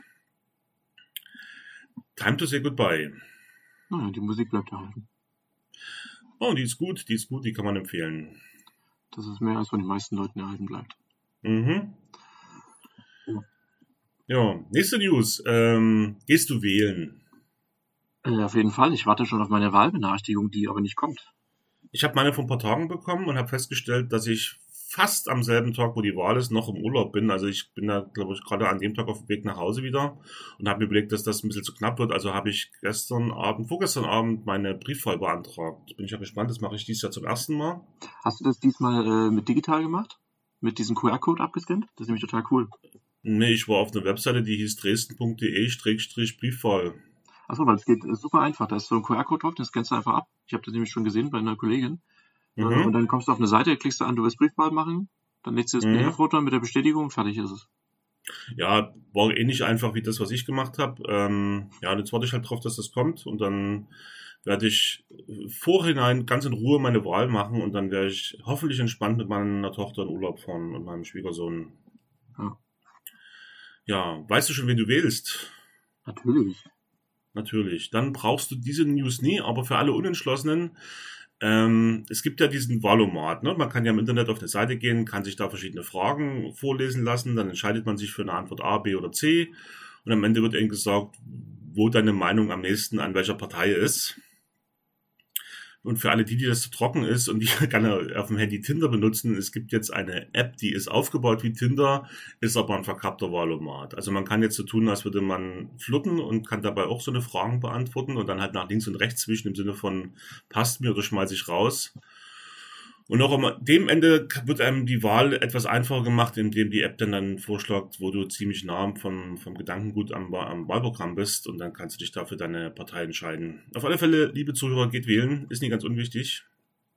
Time to say goodbye. Naja, die Musik bleibt erhalten. Oh, die ist gut, die ist gut, die kann man empfehlen. Das ist mehr, als von den meisten Leuten erhalten bleibt. Mhm. Ja, ja, nächste News. Ähm, gehst du wählen? Äh, auf jeden Fall. Ich warte schon auf meine Wahlbenachrichtigung, die aber nicht kommt. Ich habe meine vor ein paar Tagen bekommen und habe festgestellt, dass ich fast am selben Tag, wo die Wahl ist, noch im Urlaub bin. Also ich bin da, glaube ich, gerade an dem Tag auf dem Weg nach Hause wieder und habe mir überlegt, dass das ein bisschen zu knapp wird. Also habe ich gestern Abend, vorgestern Abend meine Briefwahl beantragt. Bin ich ja gespannt, das mache ich dieses Jahr zum ersten Mal. Hast du das diesmal äh, mit digital gemacht? Mit diesem Q R-Code abgescannt? Das ist nämlich total cool. Nee, ich war auf einer Webseite, die hieß dresden punkt de Schrägstrich Briefwahl. Achso, weil es geht ist super einfach. Da ist so ein Q R-Code drauf, den scannst du einfach ab. Ich habe das nämlich schon gesehen bei einer Kollegin. Mhm. Und dann kommst du auf eine Seite, klickst du an, du willst Briefwahl machen, dann lädst du das mhm. P D F-Foto mit der Bestätigung und fertig ist es. Ja, war ähnlich einfach wie das, was ich gemacht habe. Ähm, ja, und jetzt warte ich halt drauf, dass das kommt, und dann werde ich vorhinein ganz in Ruhe meine Wahl machen, und dann werde ich hoffentlich entspannt mit meiner Tochter in Urlaub fahren und meinem Schwiegersohn. Ja. Ja, weißt du schon, wen du wählst? Natürlich. Natürlich. Dann brauchst du diese News nie, aber für alle Unentschlossenen, ähm, es gibt ja diesen Wahlomat, ne? Man kann ja im Internet auf eine Seite gehen, kann sich da verschiedene Fragen vorlesen lassen, dann entscheidet man sich für eine Antwort A, B oder C, und am Ende wird eben gesagt, wo deine Meinung am nächsten an welcher Partei ist. Und für alle die, die das zu trocken ist und die gerne auf dem Handy Tinder benutzen, es gibt jetzt eine App, die ist aufgebaut wie Tinder, ist aber ein verkappter Wahlomat. Also man kann jetzt so tun, als würde man flirten, und kann dabei auch so eine Fragen beantworten und dann halt nach links und rechts zwischen, im Sinne von passt mir oder schmeiße ich raus. Und auch am dem Ende wird einem die Wahl etwas einfacher gemacht, indem die App dann dann vorschlägt, wo du ziemlich nah vom, vom Gedankengut am, am Wahlprogramm bist, und dann kannst du dich dafür deine Partei entscheiden. Auf alle Fälle, liebe Zuhörer, geht wählen, ist nicht ganz unwichtig.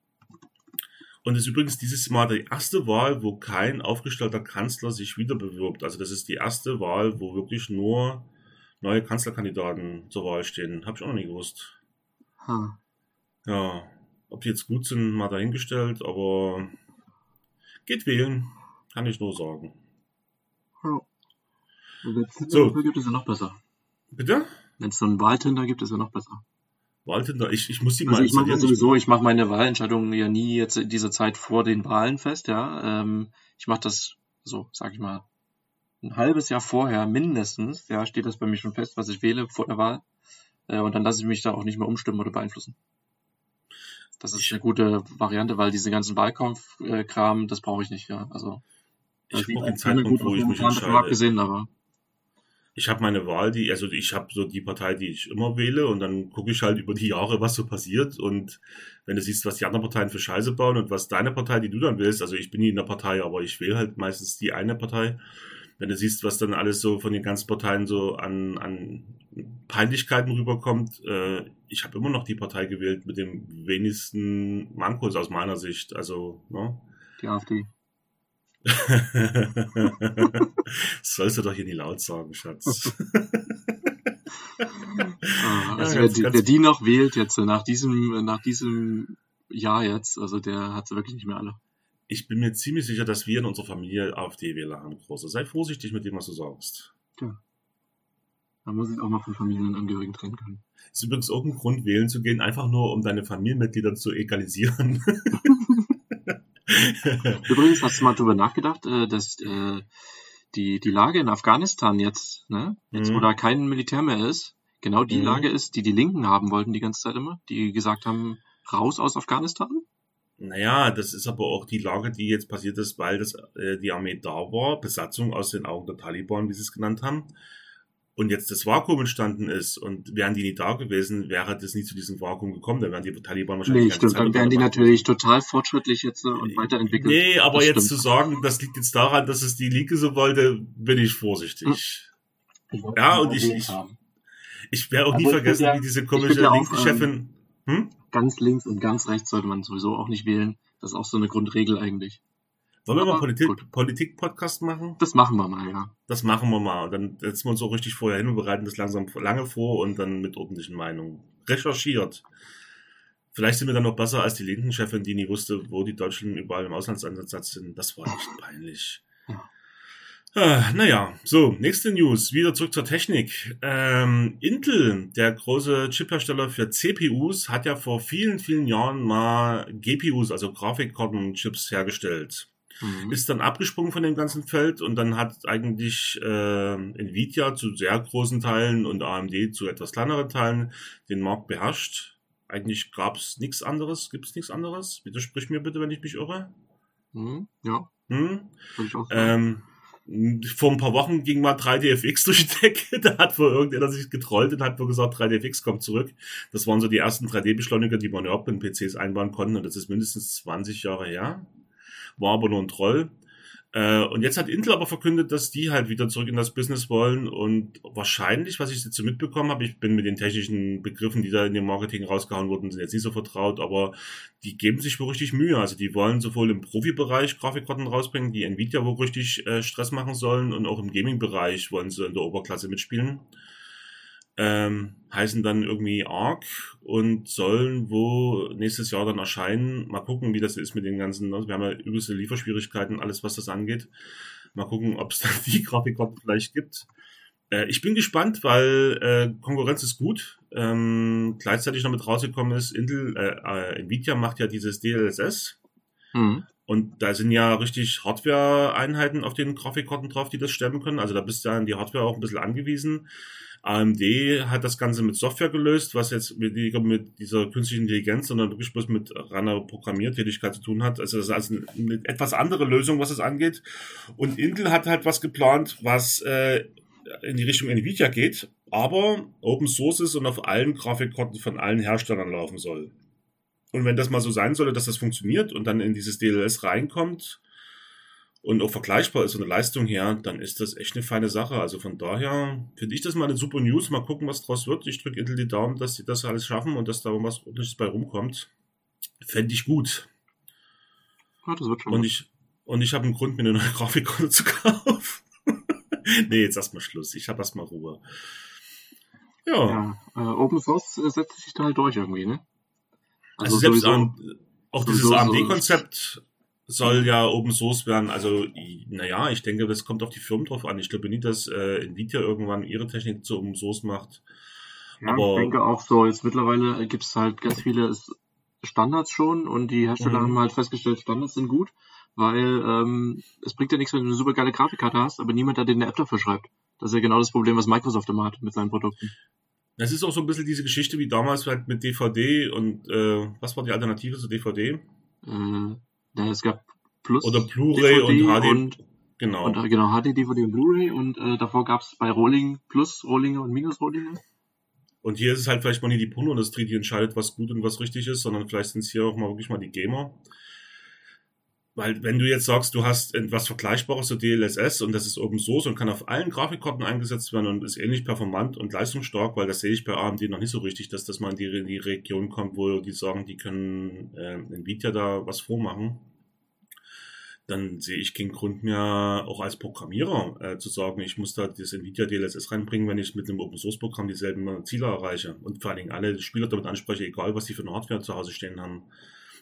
Und es ist übrigens dieses Mal die erste Wahl, wo kein aufgestellter Kanzler sich wieder bewirbt. Also das ist die erste Wahl, wo wirklich nur neue Kanzlerkandidaten zur Wahl stehen. Hab ich auch noch nie gewusst. Hm. Ja. Ob die jetzt gut sind, mal dahingestellt, aber geht wählen, kann ich nur sagen. Ja. Wenn es Tinder So. gibt, ist ja noch besser. Bitte? Wenn es so einen Wahltinder gibt, ist ja noch besser. Wahltinder, ich, ich muss die Also mal ich mache ja installieren. sowieso, ich mache meine Wahlentscheidungen ja nie jetzt in dieser Zeit vor den Wahlen fest, ja. Ähm, ich mache das so, sag ich mal, ein halbes Jahr vorher mindestens, ja, steht das bei mir schon fest, was ich wähle vor der Wahl. Äh, und dann lasse ich mich da auch nicht mehr umstimmen oder beeinflussen. Das ist eine gute Variante, weil diese ganzen Wahlkampfkram, das brauche ich nicht, ja. Also Ich sieht brauche auch den Zeitpunkt, wo ich mich entscheide. Abgesehen, aber Ich habe meine Wahl, die, also ich habe so die Partei, die ich immer wähle, und dann gucke ich halt über die Jahre, was so passiert, und wenn du siehst, was die anderen Parteien für Scheiße bauen und was deine Partei, die du dann wählst, also ich bin nie in der Partei, aber ich wähle halt meistens die eine Partei, wenn du siehst, was dann alles so von den ganzen Parteien so an, an Peinlichkeiten rüberkommt, äh, ich habe immer noch die Partei gewählt mit dem wenigsten Mankos aus meiner Sicht, also, ne? die AfD. Das sollst du doch hier nicht laut sagen, Schatz. Ah, also Ja, wer, ganz, die, ganz- wer die noch wählt jetzt, nach diesem, nach diesem Jahr jetzt, also der hat sie wirklich nicht mehr alle. ich bin mir ziemlich sicher, dass wir in unserer Familie AfD-Wähler haben, Große. Sei vorsichtig mit dem, was du sagst. Tja. Da muss ich auch mal von Familienangehörigen trennen können. Ist übrigens auch ein Grund, wählen zu gehen, einfach nur, um deine Familienmitglieder zu egalisieren. Übrigens, hast du mal drüber nachgedacht, äh, dass äh, die, die Lage in Afghanistan jetzt, ne, jetzt Mhm. wo da kein Militär mehr ist, genau die Mhm. Lage ist, die die Linken haben wollten die ganze Zeit immer, die gesagt haben, raus aus Afghanistan? Naja, das ist aber auch die Lage, die jetzt passiert ist, weil das, äh, die Armee da war, Besatzung aus den Augen der Taliban, wie sie es genannt haben, und jetzt das Vakuum entstanden ist, und wären die nicht da gewesen, wäre das nie zu diesem Vakuum gekommen, dann wären die Taliban wahrscheinlich Nee, die ganze stimmt, Zeit dann unter wären der die Macht natürlich gewesen. total fortschrittlich jetzt äh, und weiterentwickelt. Nee, aber Das jetzt stimmt. zu sagen, das liegt jetzt daran, dass es die Linke so wollte, bin ich vorsichtig. Ich wollte Ja, es und mal ich, erwähnt ich, haben. ich werde auch Also nie ich finde vergessen, ja, wie diese ich komische finde ja auch, linke ähm, Chefin, hm? ganz links und ganz rechts sollte man sowieso auch nicht wählen. Das ist auch so eine Grundregel eigentlich. Wollen wir mal Aber Politik, gut, Politik-Podcast machen? das machen wir mal, ja. Das machen wir mal. Und dann setzen wir uns auch richtig vorher hin und bereiten das langsam lange vor und dann mit ordentlichen Meinungen. Recherchiert. Vielleicht sind wir dann noch besser als die linken Chefin, die nie wusste, wo die Deutschen überall im Auslandseinsatz sind. Das war echt peinlich. Ja. Ah, naja, so, nächste News. Wieder zurück zur Technik. Ähm, Intel, der große Chiphersteller für C P Us, hat ja vor vielen, vielen Jahren mal G P Us, also Grafikkartenchips, hergestellt. Mhm. Ist dann abgesprungen von dem ganzen Feld und dann hat eigentlich äh, Nvidia zu sehr großen Teilen und A M D zu etwas kleineren Teilen den Markt beherrscht. Eigentlich gab's nichts anderes. Gibt's nichts anderes? Widersprich mir bitte, wenn ich mich irre. Mhm. Ja, Hm? würde ich auch sagen. Ähm, vor ein paar Wochen ging mal drei D F X durch die Decke. Da hat wohl irgendjemand sich getrollt und hat wohl gesagt, drei D F X kommt zurück. Das waren so die ersten drei D-Beschleuniger, die man überhaupt in P Cs einbauen konnten. Und das ist mindestens zwanzig Jahre her. War aber nur ein Troll. Äh, und jetzt hat Intel aber verkündet, dass die halt wieder zurück in das Business wollen und wahrscheinlich, was ich jetzt so mitbekommen habe, ich bin mit den technischen Begriffen, die da in dem Marketing rausgehauen wurden, sind jetzt nicht so vertraut, aber die geben sich wohl richtig Mühe. Also die wollen sowohl im Profibereich Grafikkarten rausbringen, die Nvidia wohl richtig äh, Stress machen sollen, und auch im Gaming-Bereich wollen sie in der Oberklasse mitspielen. Ähm, heißen dann irgendwie Arc und sollen wo nächstes Jahr dann erscheinen. Mal gucken, wie das ist mit den ganzen, also wir haben ja übelste Lieferschwierigkeiten, alles was das angeht. Mal gucken, ob es da die Grafikkarten vielleicht gibt. Äh, ich bin gespannt, weil äh, Konkurrenz ist gut. Ähm, gleichzeitig noch mit rausgekommen ist, Intel, äh, äh, Nvidia macht ja dieses D L S S. Mhm. Und da sind ja richtig Hardware-Einheiten auf den Grafikkarten drauf, die das stemmen können. Also da bist du ja an die Hardware auch ein bisschen angewiesen. A M D hat das Ganze mit Software gelöst, was jetzt weniger mit dieser künstlichen Intelligenz, sondern wirklich bloß mit reiner Programmiertätigkeit zu tun hat. Also das ist also eine etwas andere Lösung, was es angeht. Und Intel hat halt was geplant, was äh, in die Richtung Nvidia geht, aber Open Source ist und auf allen Grafikkarten von allen Herstellern laufen soll. Und wenn das mal so sein sollte, dass das funktioniert und dann in dieses D L S reinkommt und auch vergleichbar ist von der Leistung her, dann ist das echt eine feine Sache. Also von daher finde ich das mal eine super News. Mal gucken, was draus wird. Ich drücke Intel die Daumen, dass sie das alles schaffen und dass da was Ordentliches bei rumkommt. Fände ich gut. Ja, das wird schon. Und ich, und ich habe einen Grund, mir eine neue Grafikkarte zu kaufen. Nee, jetzt erstmal Schluss. Ich habe erstmal Ruhe. Ja. Ja, äh, Open Source äh, setzt sich da halt durch irgendwie, ne? Also, also selbst sowieso, an, auch dieses sowieso A M so- D-Konzept soll ja Open Source werden. Also, naja, ich denke, das kommt auf die Firmen drauf an. Ich glaube nicht, dass äh, Nvidia irgendwann ihre Technik zu Open Source macht. Ja, aber- ich denke auch so, jetzt mittlerweile gibt es halt ganz viele Standards schon und die Hersteller Mhm. haben halt festgestellt, Standards sind gut, weil ähm, es bringt ja nichts, wenn du eine super geile Grafikkarte hast, aber niemand, der dir eine App dafür schreibt. Das ist ja genau das Problem, was Microsoft immer hat mit seinen Produkten. Das ist auch so ein bisschen diese Geschichte wie damals halt mit D V D und äh, was war die Alternative zu D V D? Äh, ja, es gab Plus Oder Blu-ray D V D und H D. und, Genau. und äh, genau H D, D V D und Blu-ray und äh, davor gab es bei Rolling Plus Rollinge und Minus Rollinge. Und hier ist es halt vielleicht mal nicht die Pornoindustrie, die entscheidet, was gut und was richtig ist, sondern vielleicht sind es hier auch mal wirklich mal die Gamer. Weil wenn du jetzt sagst, du hast etwas Vergleichbares zu D L S S und das ist Open Source und kann auf allen Grafikkarten eingesetzt werden und ist ähnlich performant und leistungsstark, weil das sehe ich bei A M D noch nicht so richtig, dass das mal in die, in die Region kommt, wo die sagen, die können äh, Nvidia da was vormachen. Dann sehe ich keinen Grund mehr, auch als Programmierer äh, zu sagen, ich muss da das Nvidia D L S S reinbringen, wenn ich mit einem Open-Source-Programm dieselben Ziele erreiche und vor allen Dingen alle Spieler damit anspreche, egal was die für eine Hardware zu Hause stehen haben.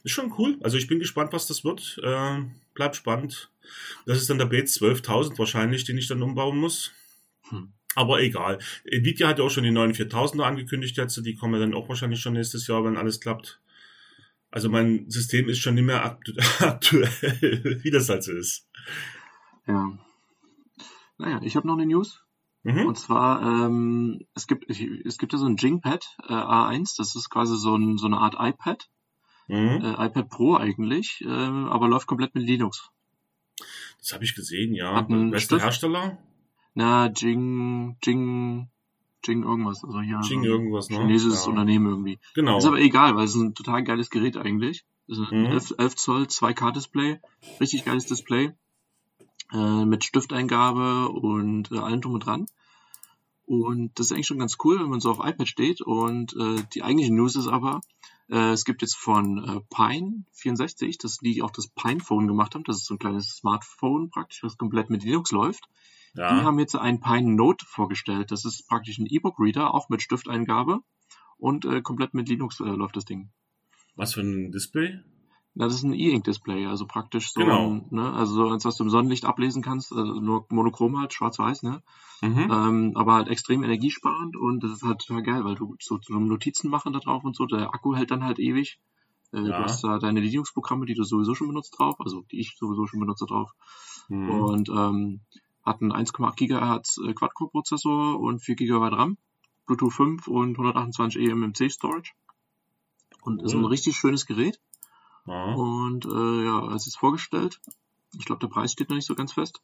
Ist schon cool. Also ich bin gespannt, was das wird. Äh, bleibt spannend. Das ist dann der B zwölftausend wahrscheinlich, den ich dann umbauen muss. Hm. Aber egal. Nvidia hat ja auch schon die neuen viertausender angekündigt jetzt. Die kommen ja dann auch wahrscheinlich schon nächstes Jahr, wenn alles klappt. Also mein System ist schon nicht mehr aktu- aktuell, wie das halt so ist. Ja. Naja, ich habe noch eine News. Mhm. Und zwar, ähm, es gibt es gibt ja so ein Jingpad äh, A eins, das ist quasi so, ein, so eine Art iPad. Mhm. Äh, iPad Pro eigentlich, äh, aber läuft komplett mit Linux. Das habe ich gesehen, ja. Hat einen Wer ist der Stift? Hersteller? Na, Jing, Jing, Jing irgendwas. Also hier Jing so ein irgendwas, ne? chinesisches Ja. Unternehmen irgendwie. Genau. Ist aber egal, weil es ist ein total geiles Gerät eigentlich. Das ist ein Mhm. elf Zoll zwei K Display, richtig geiles Display. Äh, mit Stifteingabe und äh, allem drum und dran. Und das ist eigentlich schon ganz cool, wenn man so auf iPad steht. Und äh, die eigentliche News ist aber, äh, es gibt jetzt von äh, Pine vierundsechzig, das die auch das Pine Phone gemacht haben. Das ist so ein kleines Smartphone praktisch, was komplett mit Linux läuft. Ja. Die haben jetzt einen Pine Note vorgestellt. Das ist praktisch ein E-Book-Reader, auch mit Stifteingabe. Und äh, komplett mit Linux äh, läuft das Ding. Was für ein Display? Na, das ist ein E-Ink-Display, also praktisch so Genau. ein, ne, also so eins, was du im Sonnenlicht ablesen kannst, also nur monochrom halt, schwarz-weiß, ne? Mhm. Ähm, aber halt extrem energiesparend und das ist halt total geil, weil du so zum Notizen machen da drauf und so, der Akku hält dann halt ewig. Äh, Ja. Du hast da deine Linux-Programme, die du sowieso schon benutzt drauf, also die ich sowieso schon benutze drauf. Mhm. Und ähm, hat einen eins Komma acht Gigahertz äh, Quad-Core-Prozessor und vier Gigabyte RAM, Bluetooth fünf und hundertachtundzwanzig E M M C Storage. Und ist ein Cool. richtig schönes Gerät. Ja. Und äh, ja, es ist vorgestellt. Ich glaube, der Preis steht noch nicht so ganz fest.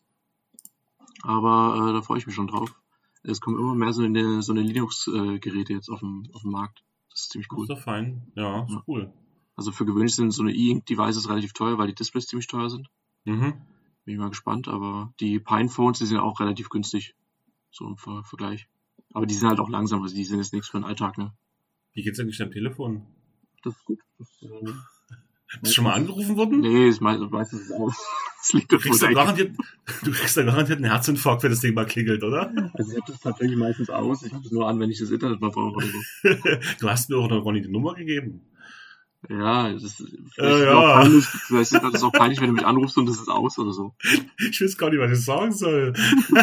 Aber äh, da freue ich mich schon drauf. Es kommen immer mehr so eine, so eine Linux-Geräte jetzt auf dem, auf dem Markt. Das ist ziemlich Ist cool. doch fein. Ja, ist Ja. cool. Also für gewöhnlich sind so eine E-Ink-Devices relativ teuer, weil die Displays ziemlich teuer sind. Mhm. Bin ich mal gespannt. Aber die Pine-Phones, die sind auch relativ günstig. So im Ver Vergleich. Aber die sind halt auch langsam. Also die sind jetzt nichts für den Alltag, ne? Wie geht's eigentlich am Telefon? Das ist gut. Das, ähm, Bist du schon mal angerufen worden? nee, ich meine, meistens ist es aus. Das liegt Du davor. kriegst, doch garantiert, du kriegst doch garantiert einen Herzinfarkt, wenn das Ding mal klingelt, oder? Also ich habe das tatsächlich meistens aus. Ich habe es nur an, wenn ich das Internet mal brauche oder so. Du hast mir auch noch gar nicht die Nummer gegeben. Ja, das ist, vielleicht, Äh, ist es ja. auch peinlich, vielleicht ist es auch peinlich, wenn du mich anrufst und das ist aus oder so. Ich weiß gar nicht, was ich sagen soll.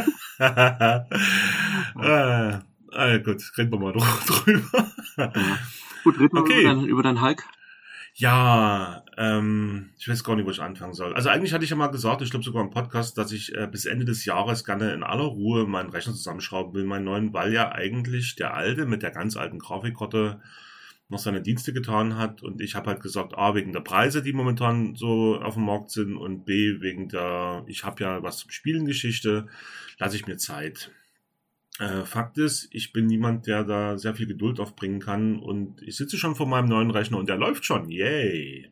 äh, ah, gut, reden wir mal drüber. Ja. Gut, reden wir Okay. über, dein, über deinen Hulk. Ja, ähm, ich weiß gar nicht, wo ich anfangen soll. Also eigentlich hatte ich ja mal gesagt, ich glaube sogar im Podcast, dass ich äh, bis Ende des Jahres gerne in aller Ruhe meinen Rechner zusammenschrauben will, meinen neuen, weil ja eigentlich der alte mit der ganz alten Grafikkarte noch seine Dienste getan hat. Und ich habe halt gesagt, A, wegen der Preise, die momentan so auf dem Markt sind, und B, wegen der, ich habe ja was zum Spielen Geschichte, lasse ich mir Zeit. Äh, Fakt ist, ich bin niemand, der da sehr viel Geduld aufbringen kann, und ich sitze schon vor meinem neuen Rechner und der läuft schon. Yay!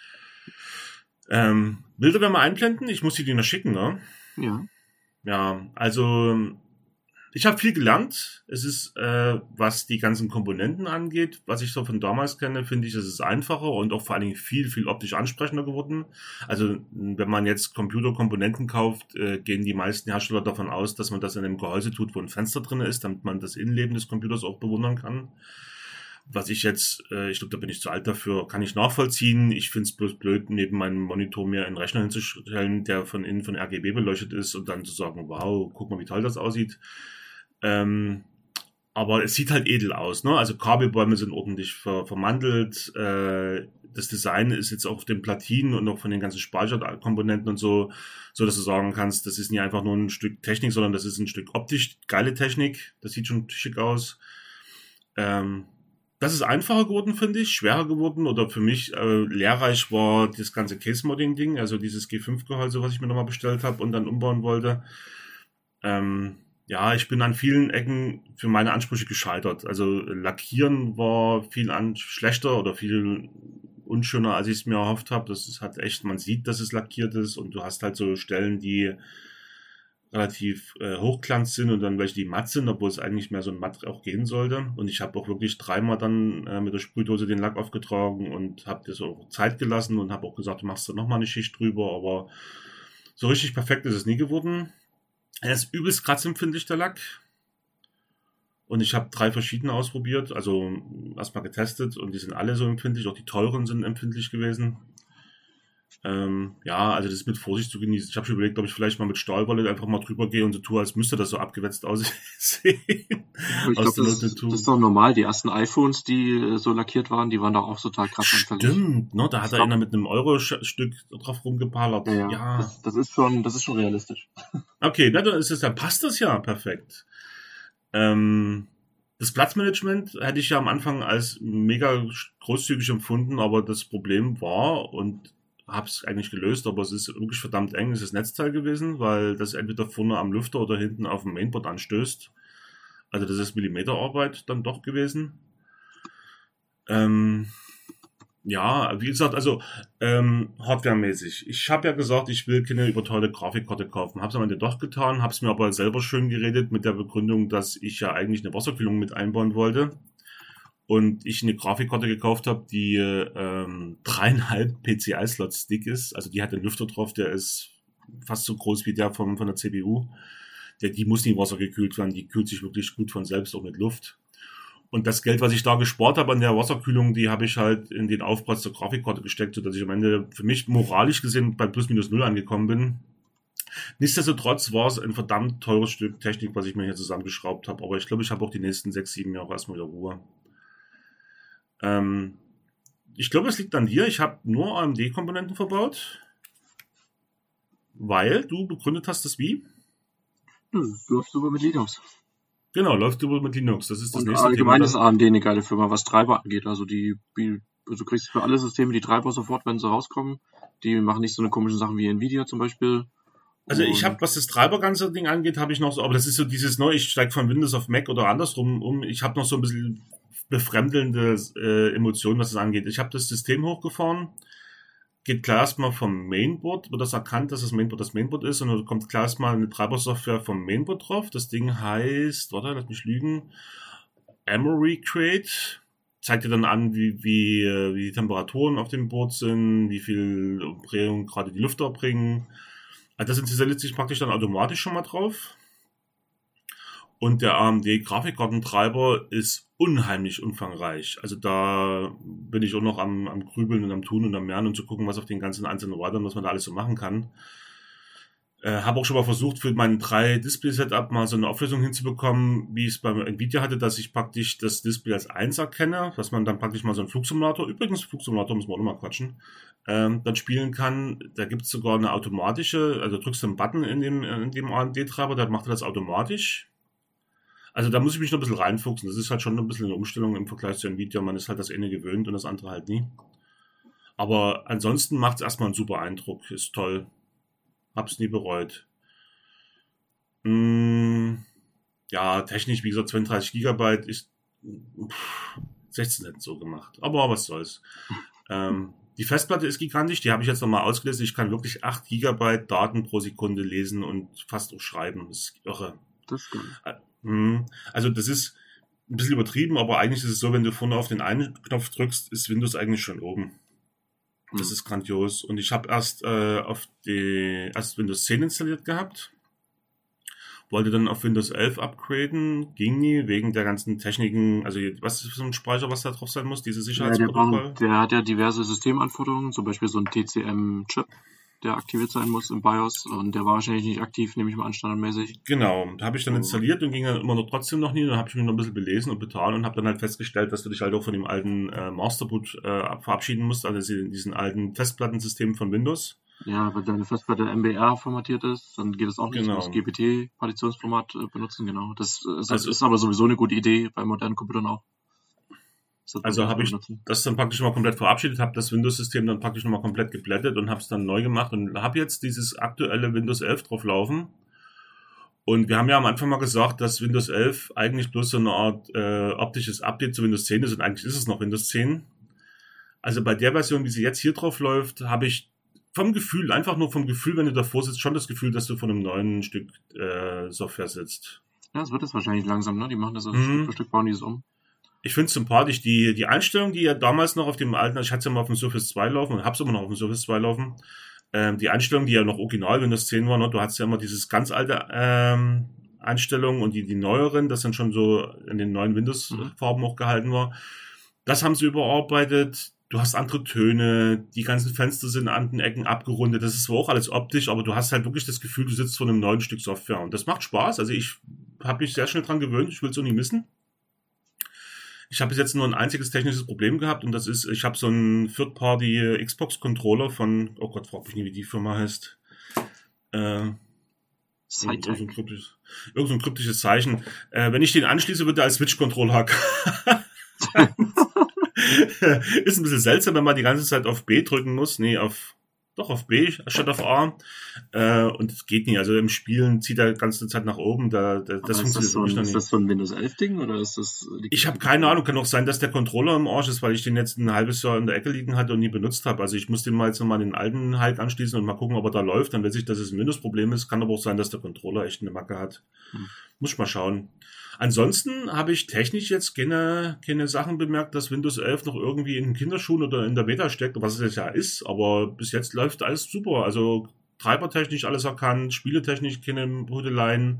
Ähm, Bilder werden wir einblenden? Ich muss die dir noch schicken, ne? Ja. Ja, also ich habe viel gelernt. Es ist, äh, was die ganzen Komponenten angeht, was ich so von damals kenne, finde ich, es ist einfacher und auch vor allen Dingen viel, viel optisch ansprechender geworden. Also wenn man jetzt Computerkomponenten kauft, äh, gehen die meisten Hersteller davon aus, dass man das in einem Gehäuse tut, wo ein Fenster drin ist, damit man das Innenleben des Computers auch bewundern kann. Was ich jetzt, äh, ich glaube, da bin ich zu alt dafür, kann ich nachvollziehen. Ich finde es bloß blöd, neben meinem Monitor mir einen Rechner hinzustellen, der von innen von R G B beleuchtet ist, und dann zu sagen, wow, guck mal, wie toll das aussieht. Ähm, aber es sieht halt edel aus, ne? Also Kabelbäume sind ordentlich ver vermantelt. Äh, das Design ist jetzt auch auf den Platinen und auch von den ganzen Speicherkomponenten und so, so dass du sagen kannst, das ist nicht einfach nur ein Stück Technik, sondern das ist ein Stück optisch geile Technik. Das sieht schon schick aus. Ähm, das ist einfacher geworden, finde ich, schwerer geworden, oder für mich äh, lehrreich war das ganze Case-Modding-Ding, also dieses G fünf Gehäuse, was ich mir nochmal bestellt habe und dann umbauen wollte. Ähm, Ja, ich bin an vielen Ecken für meine Ansprüche gescheitert. Also Lackieren war viel an schlechter oder viel unschöner, als ich es mir erhofft habe. Das ist halt echt, man sieht, dass es lackiert ist, und du hast halt so Stellen, die relativ äh, hochglanz sind und dann welche, die matt sind, obwohl es eigentlich mehr so ein Matt auch gehen sollte. Und ich habe auch wirklich dreimal dann äh, mit der Sprühdose den Lack aufgetragen und habe das auch Zeit gelassen und habe auch gesagt, du machst da nochmal eine Schicht drüber, aber so richtig perfekt ist es nie geworden. Er ist übelst kratzempfindlich, der Lack. Und ich habe drei verschiedene ausprobiert, also erstmal getestet und die sind alle so empfindlich, auch die teuren sind empfindlich gewesen. Ähm, ja, also das ist mit Vorsicht zu genießen. Ich habe schon überlegt, ob ich vielleicht mal mit Stahlwolle einfach mal drüber gehe und so tue, als müsste das so abgewetzt aussehen. Ich glaube, das, das ist doch normal. Die ersten iPhones, die äh, so lackiert waren, die waren doch auch total krass anfällig. Stimmt, ne? Da hat er einer mit einem Euro-Stück drauf rumgepallert. Ja, ja. ja. Das, das ist schon, das ist schon realistisch. Okay, na, dann ist es, dann passt das ja perfekt. Ähm, das Platzmanagement hätte ich ja am Anfang als mega großzügig empfunden, aber das Problem war, und habe es eigentlich gelöst, aber es ist wirklich verdammt eng, ist das Netzteil gewesen, weil das entweder vorne am Lüfter oder hinten auf dem Mainboard anstößt. Also das ist Millimeterarbeit dann doch gewesen. Ähm, ja, wie gesagt, also ähm, hardwaremäßig. Ich habe ja gesagt, ich will keine überteuerte Grafikkarte kaufen. Habe es am Ende doch getan, habe es mir aber selber schön geredet mit der Begründung, dass ich ja eigentlich eine Wasserkühlung mit einbauen wollte. Und ich eine Grafikkarte gekauft habe, die ähm, dreieinhalb P C I-Slots dick ist. Also die hat einen Lüfter drauf, der ist fast so groß wie der vom, von der C P U. Der, die muss nicht wassergekühlt werden, die kühlt sich wirklich gut von selbst, auch mit Luft. Und das Geld, was ich da gespart habe an der Wasserkühlung, die habe ich halt in den Aufpreis der Grafikkarte gesteckt, sodass ich am Ende für mich moralisch gesehen bei plus minus null angekommen bin. Nichtsdestotrotz war es ein verdammt teures Stück Technik, was ich mir hier zusammengeschraubt habe. Aber ich glaube, ich habe auch die nächsten sechs, sieben Jahre erstmal wieder Ruhe. Ähm, ich glaube, es liegt an dir. Ich habe nur A M D-Komponenten verbaut, weil du begründet hast, das wie? Das läuft super mit Linux. Genau, läuft über mit Linux. Das ist das Und nächste allgemein Thema. ist A M D eine geile Firma, was Treiber angeht. Also die, die also du kriegst für alle Systeme die Treiber sofort, wenn sie rauskommen. Die machen nicht so eine komischen Sachen wie Nvidia zum Beispiel. Also ich habe, was das Treiber-ganze Ding angeht, habe ich noch so, aber das ist so dieses neue, ich steige von Windows auf Mac oder andersrum um. Ich habe noch so ein bisschen befremdelnde äh, Emotionen, was das angeht. Ich habe das System hochgefahren, geht klar erstmal vom Mainboard, wird das erkannt, dass das Mainboard das Mainboard ist, und dann kommt klar erstmal eine Treibersoftware vom Mainboard drauf. Das Ding heißt, warte, lass mich lügen, Amory Crate. Zeigt dir dann an, wie, wie, wie die Temperaturen auf dem Board sind, wie viel Umdrehung gerade die Lüfter bringen. Also das installiert sich praktisch dann automatisch schon mal drauf. Und der A M D-Grafikkartentreiber ist unheimlich umfangreich. Also da bin ich auch noch am, am Grübeln und am Tun und am Lernen und zu gucken, was auf den ganzen einzelnen Rädern, was man da alles so machen kann. Äh, habe auch schon mal versucht, für mein drei Display-Setup mal so eine Auflösung hinzubekommen, wie ich es bei Nvidia hatte, dass ich praktisch das Display als eins erkenne, dass man dann praktisch mal so einen Flugsimulator, übrigens Flugsimulator müssen wir auch noch mal quatschen, ähm, dann spielen kann. Da gibt es sogar eine automatische, also drückst du einen Button in dem, in dem A M D-Treiber, dann macht er das automatisch. Also da muss ich mich noch ein bisschen reinfuchsen. Das ist halt schon ein bisschen eine Umstellung im Vergleich zu Nvidia. Man ist halt das eine gewöhnt und das andere halt nie. Aber ansonsten macht es erstmal einen super Eindruck. Ist toll. Hab's nie bereut. Hm, ja, technisch, wie gesagt, zweiunddreißig Gigabyte ist pff, sechzehn Cent so gemacht. Aber was soll's. Ähm, die Festplatte ist gigantisch. Die habe ich jetzt nochmal ausgelesen. Ich kann wirklich acht Gigabyte Daten pro Sekunde lesen und fast auch schreiben. Das ist irre. Das ist geil. Also das ist ein bisschen übertrieben, aber eigentlich ist es so, wenn du vorne auf den einen Knopf drückst, ist Windows eigentlich schon oben. Das ist grandios. Und ich habe erst äh, auf die erst Windows zehn installiert gehabt, wollte dann auf Windows elf upgraden, ging nie, wegen der ganzen Techniken. Also was ist für ein Speicher, was da drauf sein muss, diese Sicherheitsprotokoll? Ja, der, der hat ja diverse Systemanforderungen, zum Beispiel so ein T C M-Chip, der aktiviert sein muss im BIOS, und der war wahrscheinlich nicht aktiv, nehme ich mal an, standardmäßig. Genau, da habe ich dann installiert und ging dann immer noch trotzdem noch nie. Dann habe ich mich noch ein bisschen belesen und betan und habe dann halt festgestellt, dass du dich halt auch von dem alten äh, Masterboot äh, verabschieden musst, also diesen alten Festplattensystem von Windows. Ja, wenn deine Festplatte M B R formatiert ist, dann geht es auch nicht. Genau. Du musst G P T-Partitionsformat äh, benutzen, genau. Das, das Also- ist aber sowieso eine gute Idee bei modernen Computern auch. Das Also habe ich das dann praktisch mal komplett verabschiedet, habe das Windows-System dann praktisch nochmal komplett geblättet und habe es dann neu gemacht und habe jetzt dieses aktuelle Windows elf drauf laufen. Und wir haben ja am Anfang mal gesagt, dass Windows elf eigentlich bloß so eine Art äh, optisches Update zu Windows zehn ist, und eigentlich ist es noch Windows zehn. Also bei der Version, wie sie jetzt hier drauf läuft, habe ich vom Gefühl, einfach nur vom Gefühl, wenn du davor sitzt, schon das Gefühl, dass du von einem neuen Stück äh, Software sitzt. Ja, das wird es wahrscheinlich langsam, ne? Die machen das so Mhm. Stück für Stück, bauen die es um. Ich finde es sympathisch, die, die Einstellung, die ja damals noch auf dem alten, ich hatte es ja mal auf dem Surface zwei laufen und habe es immer noch auf dem Surface zwei laufen, ähm, die Einstellung, die ja noch original Windows zehn war, ne, du hattest ja immer dieses ganz alte ähm, Einstellungen und die, die neueren, das dann schon so in den neuen Windows-Farben auch gehalten war. Das haben sie überarbeitet. Du hast andere Töne, die ganzen Fenster sind an den Ecken abgerundet. Das ist zwar auch alles optisch, aber du hast halt wirklich das Gefühl, du sitzt vor einem neuen Stück Software. Und das macht Spaß. Also ich habe mich sehr schnell dran gewöhnt. Ich will es auch nicht missen. Ich habe bis jetzt nur ein einziges technisches Problem gehabt und das ist, ich habe so einen Third-Party Xbox-Controller von, oh Gott, frag mich nie, wie die Firma heißt. Äh, irgend so ein kryptisches, irgend so ein kryptisches Zeichen. Äh, wenn ich den anschließe, wird er als Switch-Controller hacken. Ist ein bisschen seltsam, wenn man die ganze Zeit auf B drücken muss. Nee, auf doch auf B statt auf A. Äh, und es geht nicht. Also im Spielen zieht er die ganze Zeit nach oben. Da, da, das funktioniert das so ein, noch nicht. Ist das so ein Windows elf Ding oder ist das? Ich habe keine Ahnung. Kann auch sein, dass der Controller im Arsch ist, weil ich den jetzt ein halbes Jahr in der Ecke liegen hatte und nie benutzt habe. Also ich muss den mal jetzt nochmal den alten Hulk anschließen und mal gucken, ob er da läuft. Dann weiß ich, dass es ein Windows-Problem ist. Kann aber auch sein, dass der Controller echt eine Macke hat. Hm. Muss ich mal schauen. Ansonsten habe ich technisch jetzt keine, keine Sachen bemerkt, dass Windows elf noch irgendwie in den Kinderschuhen oder in der Beta steckt, was es ja ist, aber bis jetzt läuft alles super. Also treibertechnisch alles erkannt, spieletechnisch keine Hudeleien.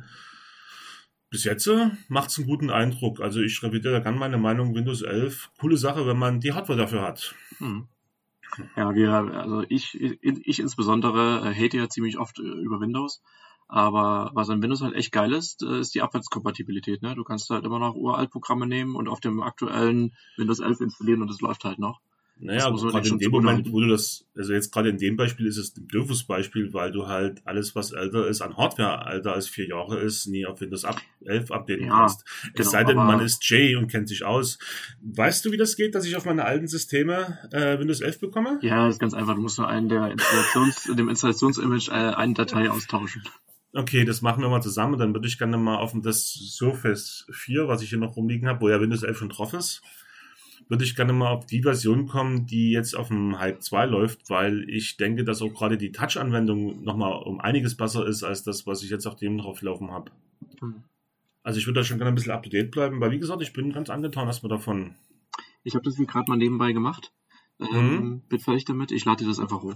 Bis jetzt macht es einen guten Eindruck. Also ich revidiere da gerne meine Meinung, Windows elf, coole Sache, wenn man die Hardware dafür hat. Hm. Ja, wir, also ich, ich, ich insbesondere äh, hate ja ziemlich oft äh, über Windows. Aber was an Windows halt echt geil ist, ist die Abwärtskompatibilität. Ne? Du kannst halt immer noch uralt Programme nehmen und auf dem aktuellen Windows elf installieren und es läuft halt noch. Naja, gerade in dem Moment, wo du das, also jetzt gerade in dem Beispiel ist es ein doofes Beispiel, weil du halt alles, was älter ist, an Hardware älter als vier Jahre ist, nie auf Windows elf updaten ja, kannst. Es genau, sei denn, man ist Jay und kennt sich aus. Weißt du, wie das geht, dass ich auf meine alten Systeme äh, Windows elf bekomme? Ja, das ist ganz einfach. Du musst nur einen der Installations, dem Installationsimage äh, eine Datei austauschen. Okay, das machen wir mal zusammen. Dann würde ich gerne mal auf das Surface vier, was ich hier noch rumliegen habe, wo ja Windows elf schon drauf ist, würde ich gerne mal auf die Version kommen, die jetzt auf dem Hulk zwei läuft, weil ich denke, dass auch gerade die Touch-Anwendung nochmal um einiges besser ist, als das, was ich jetzt auf dem drauf laufen habe. Mhm. Also ich würde da schon gerne ein bisschen up-to-date bleiben, weil wie gesagt, ich bin ganz angetan erstmal davon. Ich habe das gerade mal nebenbei gemacht. Ähm, mhm. Bin fertig damit. Ich lade das einfach hoch.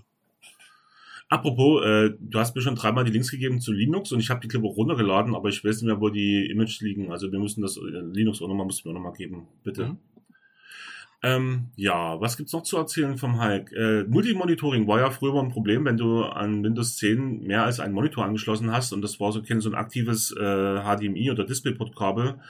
Apropos, äh, du hast mir schon dreimal die Links gegeben zu Linux und ich habe die Clip auch runtergeladen, aber ich weiß nicht mehr, wo die Images liegen. Also wir müssen das, äh, Linux auch nochmal, müssen wir nochmal geben, bitte. Mhm. Ähm, ja, was gibt's noch zu erzählen vom Hulk? Äh, Multimonitoring war ja früher mal ein Problem, wenn du an Windows zehn mehr als einen Monitor angeschlossen hast und das war so kein so ein aktives äh, H D M I oder DisplayPort-Kabel,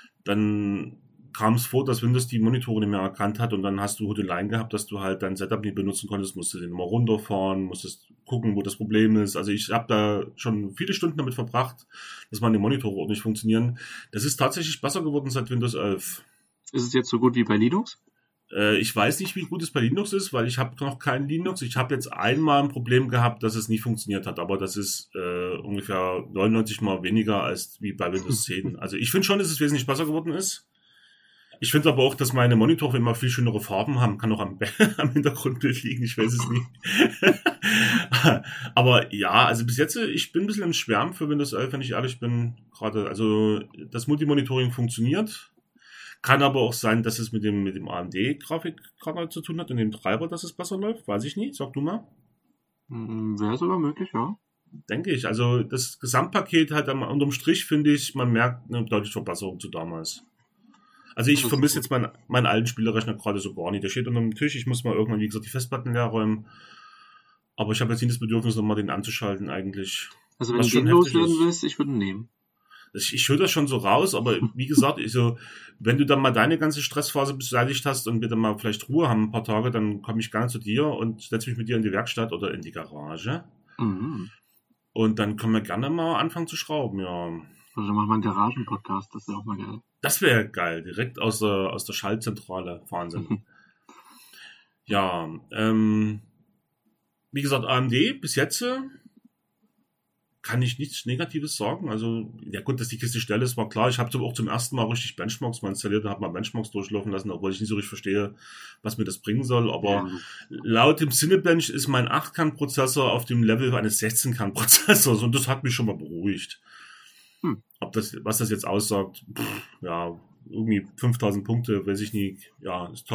dann kam es vor, dass Windows die Monitore nicht mehr erkannt hat und dann hast du Hudeleien gehabt, dass du halt dein Setup nicht benutzen konntest, musstest den mal runterfahren, musstest gucken, wo das Problem ist. Also ich habe da schon viele Stunden damit verbracht, dass meine Monitore ordentlich funktionieren. Das ist tatsächlich besser geworden seit Windows elf. Ist es jetzt so gut wie bei Linux? Äh, ich weiß nicht, wie gut es bei Linux ist, weil ich habe noch kein Linux. Ich habe jetzt einmal ein Problem gehabt, dass es nicht funktioniert hat, aber das ist äh, ungefähr neunundneunzig Mal weniger als wie bei Windows zehn. Also ich finde schon, dass es wesentlich besser geworden ist. Ich finde aber auch, dass meine Monitore immer viel schönere Farben haben. Kann auch am, am Hintergrundbild liegen, ich weiß es nicht. Aber ja, also bis jetzt, ich bin ein bisschen im Schwärmen für Windows elf, wenn ich ehrlich bin. Gerade, also das Multimonitoring funktioniert. Kann aber auch sein, dass es mit dem, mit dem A M D-Grafikkarte zu tun hat und dem Treiber, dass es besser läuft. Weiß ich nicht. Sag du mal. Wäre sogar möglich, ja. Denke ich. Also das Gesamtpaket halt unterm Strich, finde ich, man merkt eine deutliche Verbesserung zu damals. Also ich vermisse jetzt meinen, meinen alten Spielerrechner gerade so gar nicht. Der steht unter dem Tisch, ich muss mal irgendwann, wie gesagt, die Festplatten leer räumen. Aber ich habe jetzt nicht das Bedürfnis, nochmal den anzuschalten eigentlich. Also wenn du den loswerden willst, ich würde ihn nehmen. Ich, ich höre das schon so raus, aber wie gesagt, ich so, wenn du dann mal deine ganze Stressphase beseitigt hast und wir dann mal vielleicht Ruhe haben ein paar Tage, dann komme ich gerne zu dir und setze mich mit dir in die Werkstatt oder in die Garage. Mhm. Und dann können wir gerne mal anfangen zu schrauben, ja. Also dann machen wir einen Garagen-Podcast, das wäre auch mal geil. Das wäre geil, direkt aus der, aus der Schaltzentrale. Wahnsinn. Ja, ähm, wie gesagt, A M D bis jetzt äh, kann ich nichts Negatives sagen. Also, ja gut, dass die Kiste schnell ist, war klar. Ich habe auch zum ersten Mal richtig Benchmarks mal installiert und habe mal Benchmarks durchlaufen lassen, obwohl ich nicht so richtig verstehe, was mir das bringen soll. Aber ja. Laut dem Cinebench ist mein acht Kern Prozessor auf dem Level eines sechzehn Kern Prozessors und das hat mich schon mal beruhigt. Hm. Ob das, was das jetzt aussagt, pff, ja, irgendwie fünftausend Punkte, weiß ich nicht, ja, ist toll.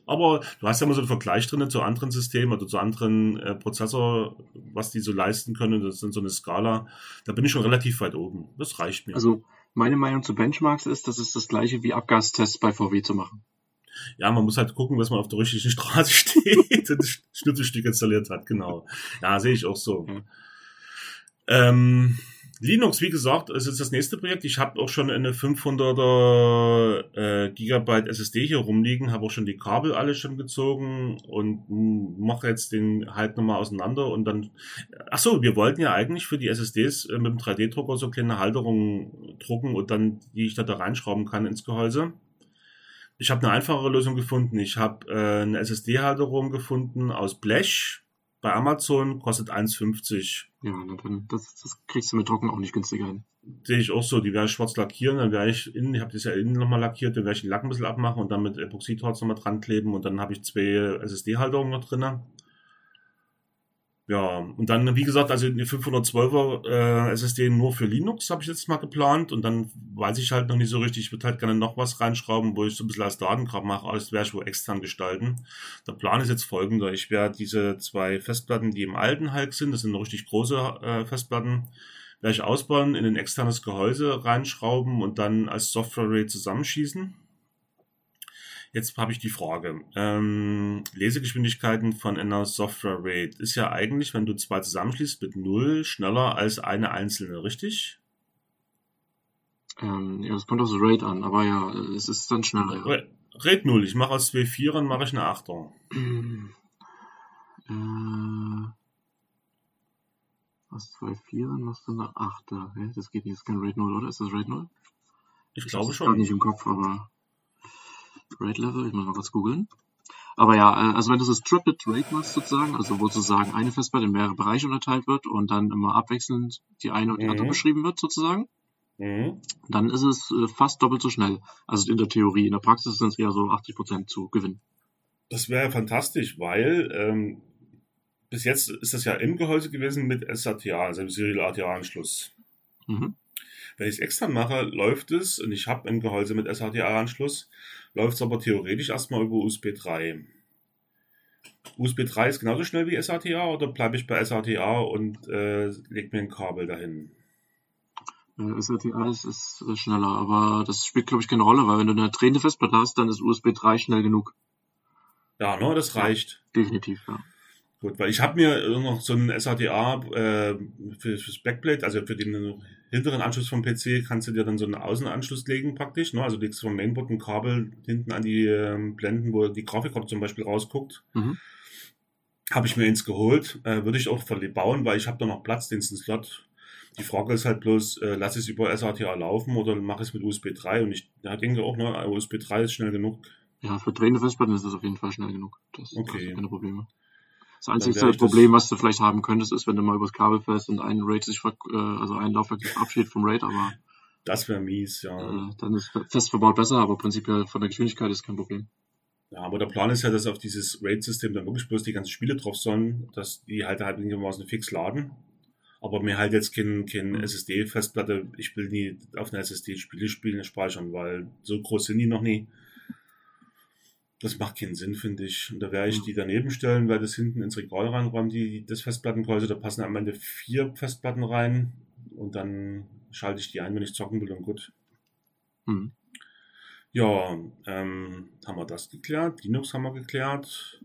Aber du hast ja immer so einen Vergleich drin zu anderen Systemen oder zu anderen äh, Prozessor, was die so leisten können. Das sind so eine Skala. Da bin ich schon relativ weit oben. Das reicht mir. Also meine Meinung zu Benchmarks ist, das ist das gleiche wie Abgastests bei V W zu machen. Ja, man muss halt gucken, dass man auf der richtigen Straße steht und das Schnitzelstück installiert hat. Genau. Ja, sehe ich auch so. Ja. Ähm, Linux, wie gesagt, ist jetzt das nächste Projekt. Ich habe auch schon eine fünfhunderter äh, Gigabyte S S D hier rumliegen, habe auch schon die Kabel alle schon gezogen und mache jetzt den halt nochmal auseinander und dann, ach so, wir wollten ja eigentlich für die S S Ds äh, mit dem drei D-Drucker so kleine Halterungen drucken und dann, die ich da, da reinschrauben kann ins Gehäuse. Ich habe eine einfachere Lösung gefunden. Ich habe äh, eine S S D-Halterung gefunden aus Blech. Bei Amazon kostet eins fünfzig. Ja, dann, das, das kriegst du mit Drucken auch nicht günstiger hin. Sehe ich auch so. Die werde ich schwarz lackieren. Dann werde ich innen, ich habe das ja innen nochmal lackiert, dann werde ich den Lack ein bisschen abmachen und dann mit Epoxidharz nochmal dran kleben und dann habe ich zwei S S D-Halterungen noch drin. Ja, und dann, wie gesagt, also eine fünfhundertzwölfer äh, S S D nur für Linux habe ich jetzt mal geplant und dann weiß ich halt noch nicht so richtig, ich würde halt gerne noch was reinschrauben, wo ich so ein bisschen als Datengrab mache, alles werde ich wohl extern gestalten. Der Plan ist jetzt folgender, ich werde diese zwei Festplatten, die im alten Hulk sind, das sind richtig große äh, Festplatten, werde ich ausbauen, in ein externes Gehäuse reinschrauben und dann als Software-RAID zusammenschießen. Jetzt habe ich die Frage. Ähm, Lesegeschwindigkeiten von einer Software-RAID ist ja eigentlich, wenn du zwei zusammenschließt, mit null schneller als eine einzelne, richtig? Ähm, ja, das kommt auf das RAID an, aber ja, es ist dann schneller. Ja. Ra- RAID null. Ich mache aus zwei Vierern mache ich eine Achter. äh, aus zwei Vierern machst du eine Achter. Hä? Das geht nicht, das ist kein RAID null, oder? Ist das RAID null? Ich Ich glaube hab's schon. grad nicht im Kopf, aber RAID Level, ich muss mal kurz googeln. Aber ja, äh, also wenn du das Triplet RAID machst sozusagen, also wo sozusagen eine Festplatte in mehrere Bereiche unterteilt wird und dann immer abwechselnd die eine und die andere Mhm. beschrieben wird sozusagen, Mhm. dann ist es äh, fast doppelt so schnell. Also in der Theorie. In der Praxis sind es eher so achtzig Prozent zu gewinnen. Das wäre fantastisch, weil ähm, bis jetzt ist das ja im Gehäuse gewesen mit S A T A, also Serial A T A-Anschluss. Mhm. Wenn ich es extern mache, läuft es, und ich habe ein Gehäuse mit S A T A-Anschluss, läuft es aber theoretisch erstmal über U S B drei. U S B drei ist genauso schnell wie S A T A oder bleibe ich bei S A T A und äh, lege mir ein Kabel dahin? Äh, S A T A ist, ist äh, schneller, aber das spielt, glaube ich, keine Rolle, weil wenn du eine drehende Festplatte hast, dann ist U S B drei schnell genug. Ja, ne, das reicht. Definitiv, ja. Gut, weil ich habe mir noch so ein S A T A äh, für, fürs Backplate, also für den hinteren Anschluss vom P C, kannst du dir dann so einen Außenanschluss legen praktisch. Ne? Also legst du vom Mainboard ein Kabel hinten an die ähm, Blenden, wo die Grafikkarte zum Beispiel rausguckt. Mhm. Habe ich mir ins geholt, äh, würde ich auch bauen, weil ich habe da noch Platz, den Slot. Die Frage ist halt bloß, äh, lasse ich es über S A T A laufen oder mache ich es mit U S B drei? Und ich ja, denke auch, ne, U S B drei ist schnell genug. Ja, für drehende Festplatten ist das auf jeden Fall schnell genug. Das Okay. ist keine Probleme. Das Dann einzige werde ich das- Problem, was du vielleicht haben könntest, ist, wenn du mal übers Kabel fährst und ein RAID sich, ver- äh, also ein Laufwerk sich verabschiedet vom RAID, aber Das wäre mies, ja. äh, dann ist fest verbaut besser, aber prinzipiell von der Geschwindigkeit ist kein Problem. Ja, aber der Plan ist ja, dass auf dieses RAID-System dann wirklich bloß die ganzen Spiele drauf sollen, dass die halt halt einigermaßen fix laden. Aber mir halt jetzt kein, kein S S D-Festplatte, ich will nie auf einer S S D Spiele spielen, speichern, weil so groß sind die noch nie. Das macht keinen Sinn, finde ich. Und da werde ich die daneben stellen, werde das hinten ins Regal reinräumen, die, das Festplattengehäuse, da passen am Ende vier Festplatten rein und dann schalte ich die ein, wenn ich zocken will und gut. Mhm. Ja, ähm, haben wir das geklärt. Linux haben wir geklärt.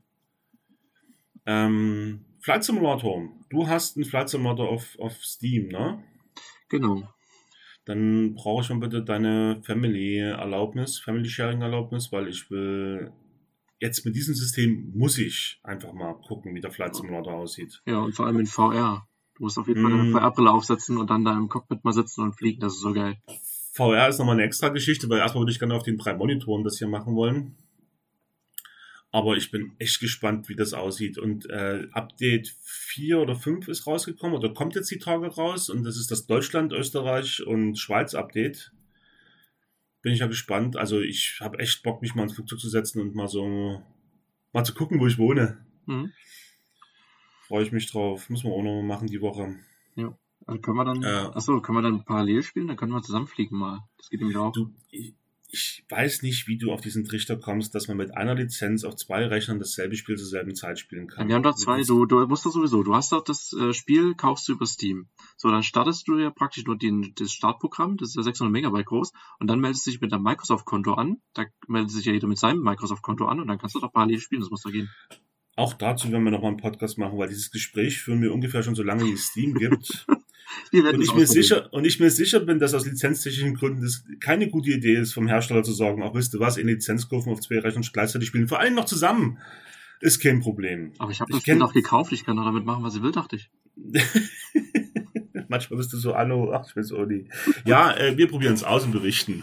Ähm, Flight Simulator. Du hast einen Flight Simulator auf, auf Steam, ne? Genau. Dann brauche ich mal bitte deine Family-Erlaubnis, Family-Sharing-Erlaubnis, weil ich will, jetzt mit diesem System muss ich einfach mal gucken, wie der Flight Simulator aussieht. Ja, und vor allem in V R. Du musst auf jeden Fall eine Mhm. V R-Brille aufsetzen und dann da im Cockpit mal sitzen und fliegen. Das ist so geil. V R ist nochmal eine extra Geschichte, weil erstmal würde ich gerne auf den drei Monitoren das hier machen wollen. Aber ich bin echt gespannt, wie das aussieht. Und äh, Update vier oder fünf ist rausgekommen oder kommt jetzt die Tage raus. Und das ist das Deutschland, Österreich und Schweiz Update. Bin ich ja gespannt. Also ich habe echt Bock, mich mal ins Flugzeug zu setzen und mal so mal zu gucken, wo ich wohne. Mhm. Freue ich mich drauf. Müssen wir auch noch machen die Woche. Also können wir dann, Ja. achso, können wir dann parallel spielen? Dann können wir zusammenfliegen mal. Das geht nämlich auch. Du, ich, ich weiß nicht, wie du auf diesen Trichter kommst, dass man mit einer Lizenz auf zwei Rechnern dasselbe Spiel zur selben Zeit spielen kann. Ja, wir haben doch zwei, du, du musst doch sowieso, du hast doch das äh, Spiel, kaufst du über Steam. So, dann startest du ja praktisch nur den, das Startprogramm, das ist ja sechshundert Megabyte groß, und dann meldest du dich mit deinem Microsoft-Konto an, da meldet sich ja jeder mit seinem Microsoft-Konto an, und dann kannst du doch parallel spielen, das muss doch gehen. Auch dazu werden wir nochmal einen Podcast machen, weil dieses Gespräch führen wir ungefähr schon so lange, wie es Steam gibt. Und ich, mir sicher, und ich mir sicher bin, dass aus lizenztechnischen Gründen das keine gute Idee ist, vom Hersteller zu sagen, auch wisst ihr was, in Lizenz kaufen auf zwei Rechnern gleichzeitig spielen, vor allem noch zusammen, ist kein Problem. Aber ich habe das Spiel auch gekauft, ich kann doch damit machen, was ich will, dachte ich. Manchmal bist du so, Anno, ach, ich weiß auch nicht. Ja, äh, wir probieren es aus und berichten.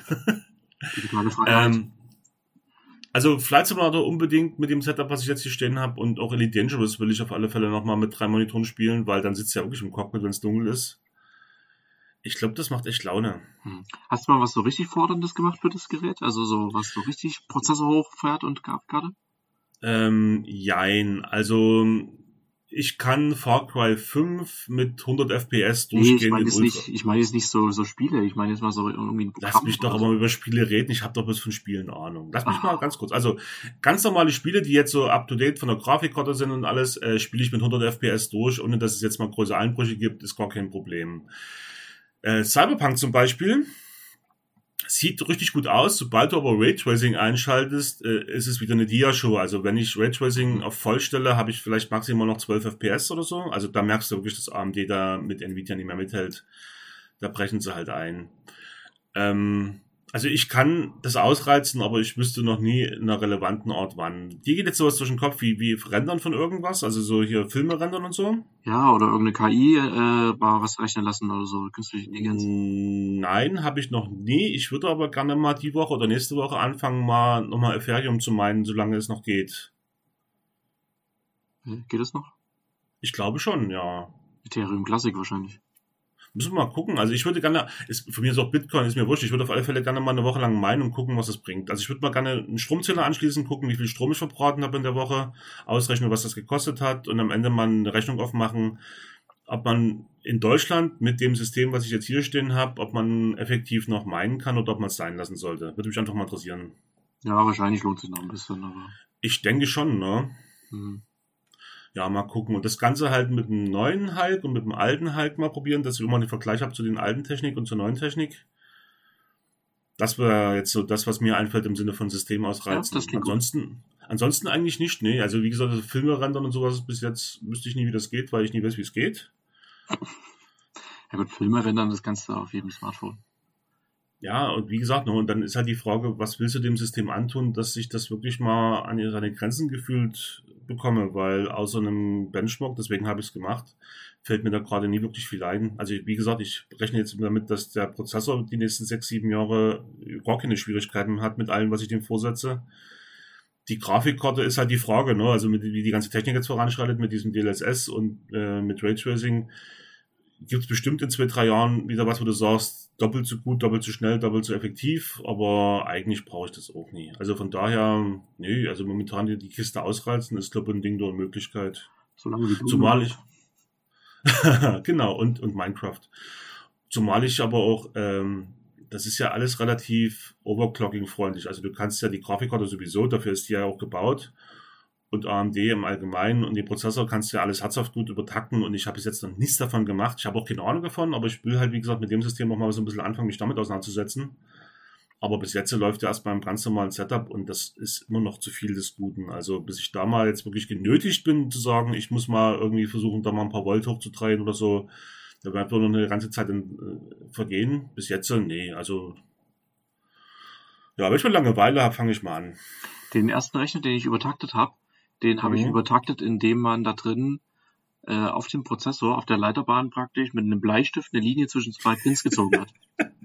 ähm, also Flight Simulator unbedingt mit dem Setup, was ich jetzt hier stehen habe, und auch Elite Dangerous will ich auf alle Fälle nochmal mit drei Monitoren spielen, weil dann sitzt ja wirklich im Cockpit, wenn es dunkel ist. Ich glaube, das macht echt Laune. Hm. Hast du mal was so richtig Forderndes gemacht für das Gerät? Also so was so richtig Prozessor hochfährt und Grafikkarte? Ähm, jein. Also ich kann Far Cry fünf mit hundert F P S durchgehen. Nee, ich meine jetzt nicht, ich meine jetzt nicht so, so Spiele, ich meine jetzt mal so irgendwie ein Programm. Lass mich doch aber mal über Spiele reden, ich habe doch bis von Spielen Ahnung. Lass mich Ach. mal ganz kurz. Also ganz normale Spiele, die jetzt so up-to-date von der Grafikkarte sind und alles, äh, spiele ich mit hundert F P S durch, ohne dass es jetzt mal größere Einbrüche gibt, ist gar kein Problem. Äh, Cyberpunk zum Beispiel sieht richtig gut aus. Sobald du aber Raytracing einschaltest, äh, ist es wieder eine Dia-Show. Also wenn ich Raytracing auf voll stelle, habe ich vielleicht maximal noch zwölf F P S oder so. Also da merkst du wirklich, dass A M D da mit Nvidia nicht mehr mithält. Da brechen sie halt ein. Ähm, also ich kann das ausreizen, aber ich wüsste noch nie in einer relevanten Art wann. Dir geht jetzt sowas durch den Kopf wie, wie Rendern von irgendwas? Also so hier Filme rendern und so? Ja, oder irgendeine K I äh, mal was rechnen lassen oder so, künstliche Intelligenz. Nein, habe ich noch nie. Ich würde aber gerne mal die Woche oder nächste Woche anfangen, mal nochmal Ethereum zu meinen, solange es noch geht. Geht es noch? Ich glaube schon, ja. Ethereum Classic wahrscheinlich. Müssen wir mal gucken. Also ich würde gerne, ist, für mich ist auch Bitcoin, ist mir wurscht, ich würde auf alle Fälle gerne mal eine Woche lang meinen und gucken, was das bringt. Also ich würde mal gerne einen Stromzähler anschließen, gucken, wie viel Strom ich verbraten habe in der Woche, ausrechnen, was das gekostet hat und am Ende mal eine Rechnung aufmachen, ob man in Deutschland mit dem System, was ich jetzt hier stehen habe, ob man effektiv noch meinen kann oder ob man es sein lassen sollte. Würde mich einfach mal interessieren. Ja, wahrscheinlich lohnt sich noch ein bisschen, aber... Ich denke schon, ne? Mhm. Ja, mal gucken. Und das Ganze halt mit dem neuen Hulk und mit dem alten Hulk mal probieren, dass ich immer den Vergleich habe zu den alten Technik und zur neuen Technik. Das wäre jetzt so das, was mir einfällt im Sinne von System ausreizen. Ja, ansonsten, ansonsten eigentlich nicht, nee. Also wie gesagt, also Filme rendern und sowas bis jetzt wüsste ich nie, wie das geht, weil ich nie weiß, wie es geht. Ja gut, Filme rendern, das kannst du auf jedem Smartphone. Ja, und wie gesagt, und dann ist halt die Frage, was willst du dem System antun, dass ich das wirklich mal an seine Grenzen gefühlt bekomme, weil außer einem Benchmark, deswegen habe ich es gemacht, fällt mir da gerade nie wirklich viel ein. Also wie gesagt, ich rechne jetzt damit, dass der Prozessor die nächsten sechs, sieben Jahre gar keine Schwierigkeiten hat mit allem, was ich dem vorsetze. Die Grafikkarte ist halt die Frage, ne? Also mit, wie die ganze Technik jetzt voranschreitet mit diesem D L S S und äh, mit Raytracing, gibt es bestimmt in zwei, drei Jahren wieder was, wo du sagst, doppelt so gut, doppelt so schnell, doppelt so effektiv, aber eigentlich brauche ich das auch nie. Also von daher, nee, also momentan die, die Kiste ausreizen, ist glaube ich ein Ding der Unmöglichkeit. Solange die Zumal ich, genau, und, und Minecraft. Zumal ich aber auch, ähm, das ist ja alles relativ overclocking-freundlich. Also du kannst ja die Grafikkarte sowieso, dafür ist die ja auch gebaut. Und A M D im Allgemeinen und den Prozessor kannst du ja alles herzhaft gut übertakten und ich habe bis jetzt noch nichts davon gemacht. Ich habe auch keine Ahnung davon, aber ich will halt, wie gesagt, mit dem System auch mal so ein bisschen anfangen, mich damit auseinanderzusetzen. Aber bis jetzt läuft ja erstmal im ganz normalen Setup und das ist immer noch zu viel des Guten. Also bis ich da mal jetzt wirklich genötigt bin zu sagen, ich muss mal irgendwie versuchen, da mal ein paar Volt hochzutreiben oder so, da wird wohl noch eine ganze Zeit in, äh, vergehen. Bis jetzt, nee, also ja, wenn ich mal Langeweile habe, fange ich mal an. Den ersten Rechner, den ich übertaktet habe, Den habe mhm. ich übertaktet, indem man da drin äh, auf dem Prozessor, auf der Leiterbahn praktisch, mit einem Bleistift eine Linie zwischen zwei Pins gezogen hat.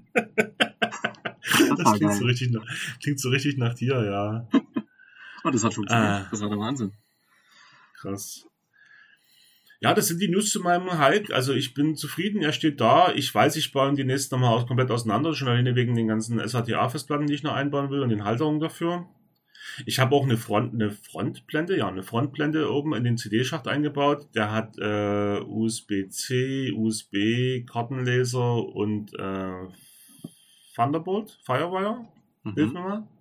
Das, das klingt, so richtig nach, klingt so richtig nach dir, ja. Und das hat funktioniert. Ah. Das war der Wahnsinn. Krass. Ja, das sind die News zu meinem Hulk. Also ich bin zufrieden, er steht da. Ich weiß, ich baue ihn die nächsten nochmal komplett auseinander, schon alleine wegen den ganzen S A T A-Festplatten, die ich noch einbauen will und den Halterungen dafür. Ich habe auch eine Front, eine Frontblende, ja, eine Frontblende oben in den C D-Schacht eingebaut. Der hat äh, U S B C, U S B, Kartenleser und äh, Thunderbolt, Firewire. Mhm. Hilf mir mal.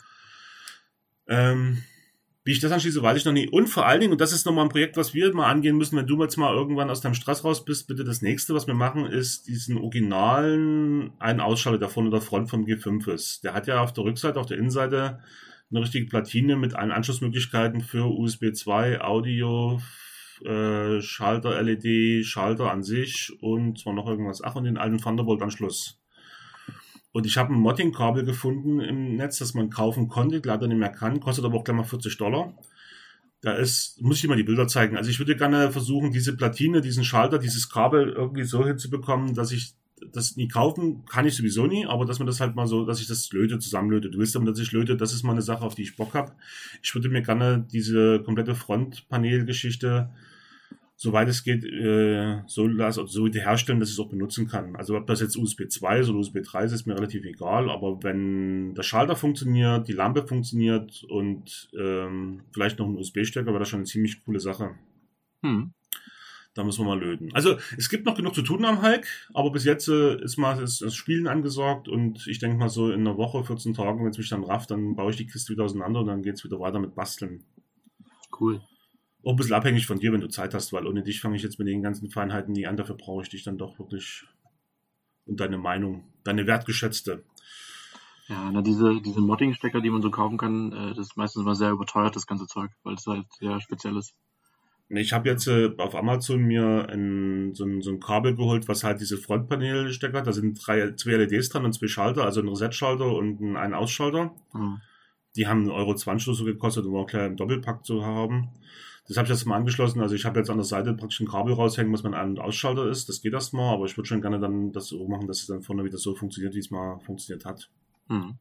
Ähm, wie ich das anschließe, weiß ich noch nie. Und vor allen Dingen, und das ist nochmal ein Projekt, was wir mal angehen müssen, wenn du jetzt mal irgendwann aus deinem Stress raus bist, bitte das nächste, was wir machen, ist diesen originalen einen Ausschalter, der vorne der Front vom G fünf ist. Der hat ja auf der Rückseite, auf der Innenseite eine richtige Platine mit allen Anschlussmöglichkeiten für U S B zwei, Audio, äh, Schalter, L E D, Schalter an sich und zwar noch irgendwas. Ach, und den alten Thunderbolt-Anschluss. Und ich habe ein Modding-Kabel gefunden im Netz, das man kaufen konnte, leider nicht mehr kann, kostet aber auch gleich mal vierzig Dollar. Da ist, muss ich dir mal die Bilder zeigen. Also ich würde gerne versuchen, diese Platine, diesen Schalter, dieses Kabel irgendwie so hinzubekommen, dass ich das nie kaufen, kann ich sowieso nie, aber dass man das halt mal so, dass ich das löte, zusammenlöte. Du willst aber, dass ich löte, das ist mal eine Sache, auf die ich Bock habe. Ich würde mir gerne diese komplette Frontpanel-Geschichte, soweit es geht, äh, so, also so herstellen, dass ich es auch benutzen kann. Also ob das jetzt U S B zwei ist oder U S B drei ist, ist mir relativ egal, aber wenn der Schalter funktioniert, die Lampe funktioniert und ähm, vielleicht noch ein U S B-Stecker, wäre das schon eine ziemlich coole Sache. Hm. Da müssen wir mal löten. Also es gibt noch genug zu tun am Hulk, aber bis jetzt äh, ist mal das, das Spielen angesagt und ich denke mal so in einer Woche, vierzehn Tagen, wenn es mich dann rafft, dann baue ich die Kiste wieder auseinander und dann geht es wieder weiter mit Basteln. Cool. Auch ein bisschen abhängig von dir, wenn du Zeit hast, weil ohne dich fange ich jetzt mit den ganzen Feinheiten nie an, dafür brauche ich dich dann doch wirklich und deine Meinung, deine wertgeschätzte. Ja, na diese, diese Modding-Stecker, die man so kaufen kann, äh, das ist meistens mal sehr überteuert, das ganze Zeug, weil es halt sehr speziell ist. Ich habe jetzt äh, auf Amazon mir ein, so, ein, so ein Kabel geholt, was halt diese Frontpanel-Stecker hat. Da sind drei, zwei L E Ds dran und zwei Schalter, also ein Reset-Schalter und ein, ein Ausschalter. Mhm. Die haben einen Euro zwanzig oder so gekostet, um auch gleich einen Doppelpack zu haben. Das habe ich jetzt mal angeschlossen. Also ich habe jetzt an der Seite praktisch ein Kabel raushängen, was mein Ein- und Ausschalter ist. Das geht erstmal, aber ich würde schon gerne dann das so machen, dass es dann vorne wieder so funktioniert, wie es mal funktioniert hat. Mhm.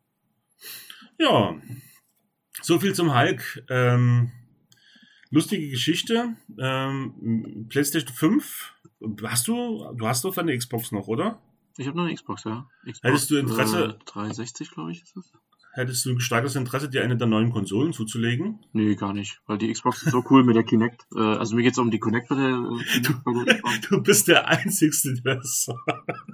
Ja, so viel zum Hulk. Ähm, lustige Geschichte. Ähm, PlayStation fünf. Hast du, du hast doch deine Xbox noch, oder? Ich habe noch eine Xbox, ja. Xbox, Hättest du Interesse? Äh, dreihundertsechzig, glaube ich, ist das. Hättest du ein gesteigertes Interesse, dir eine der neuen Konsolen zuzulegen? Nee, gar nicht, weil die Xbox ist so cool mit der Kinect. Äh, also mir geht's um die Kinect bei der, äh, Kinect du, bei der Xbox. Du bist der Einzige, der das sagt.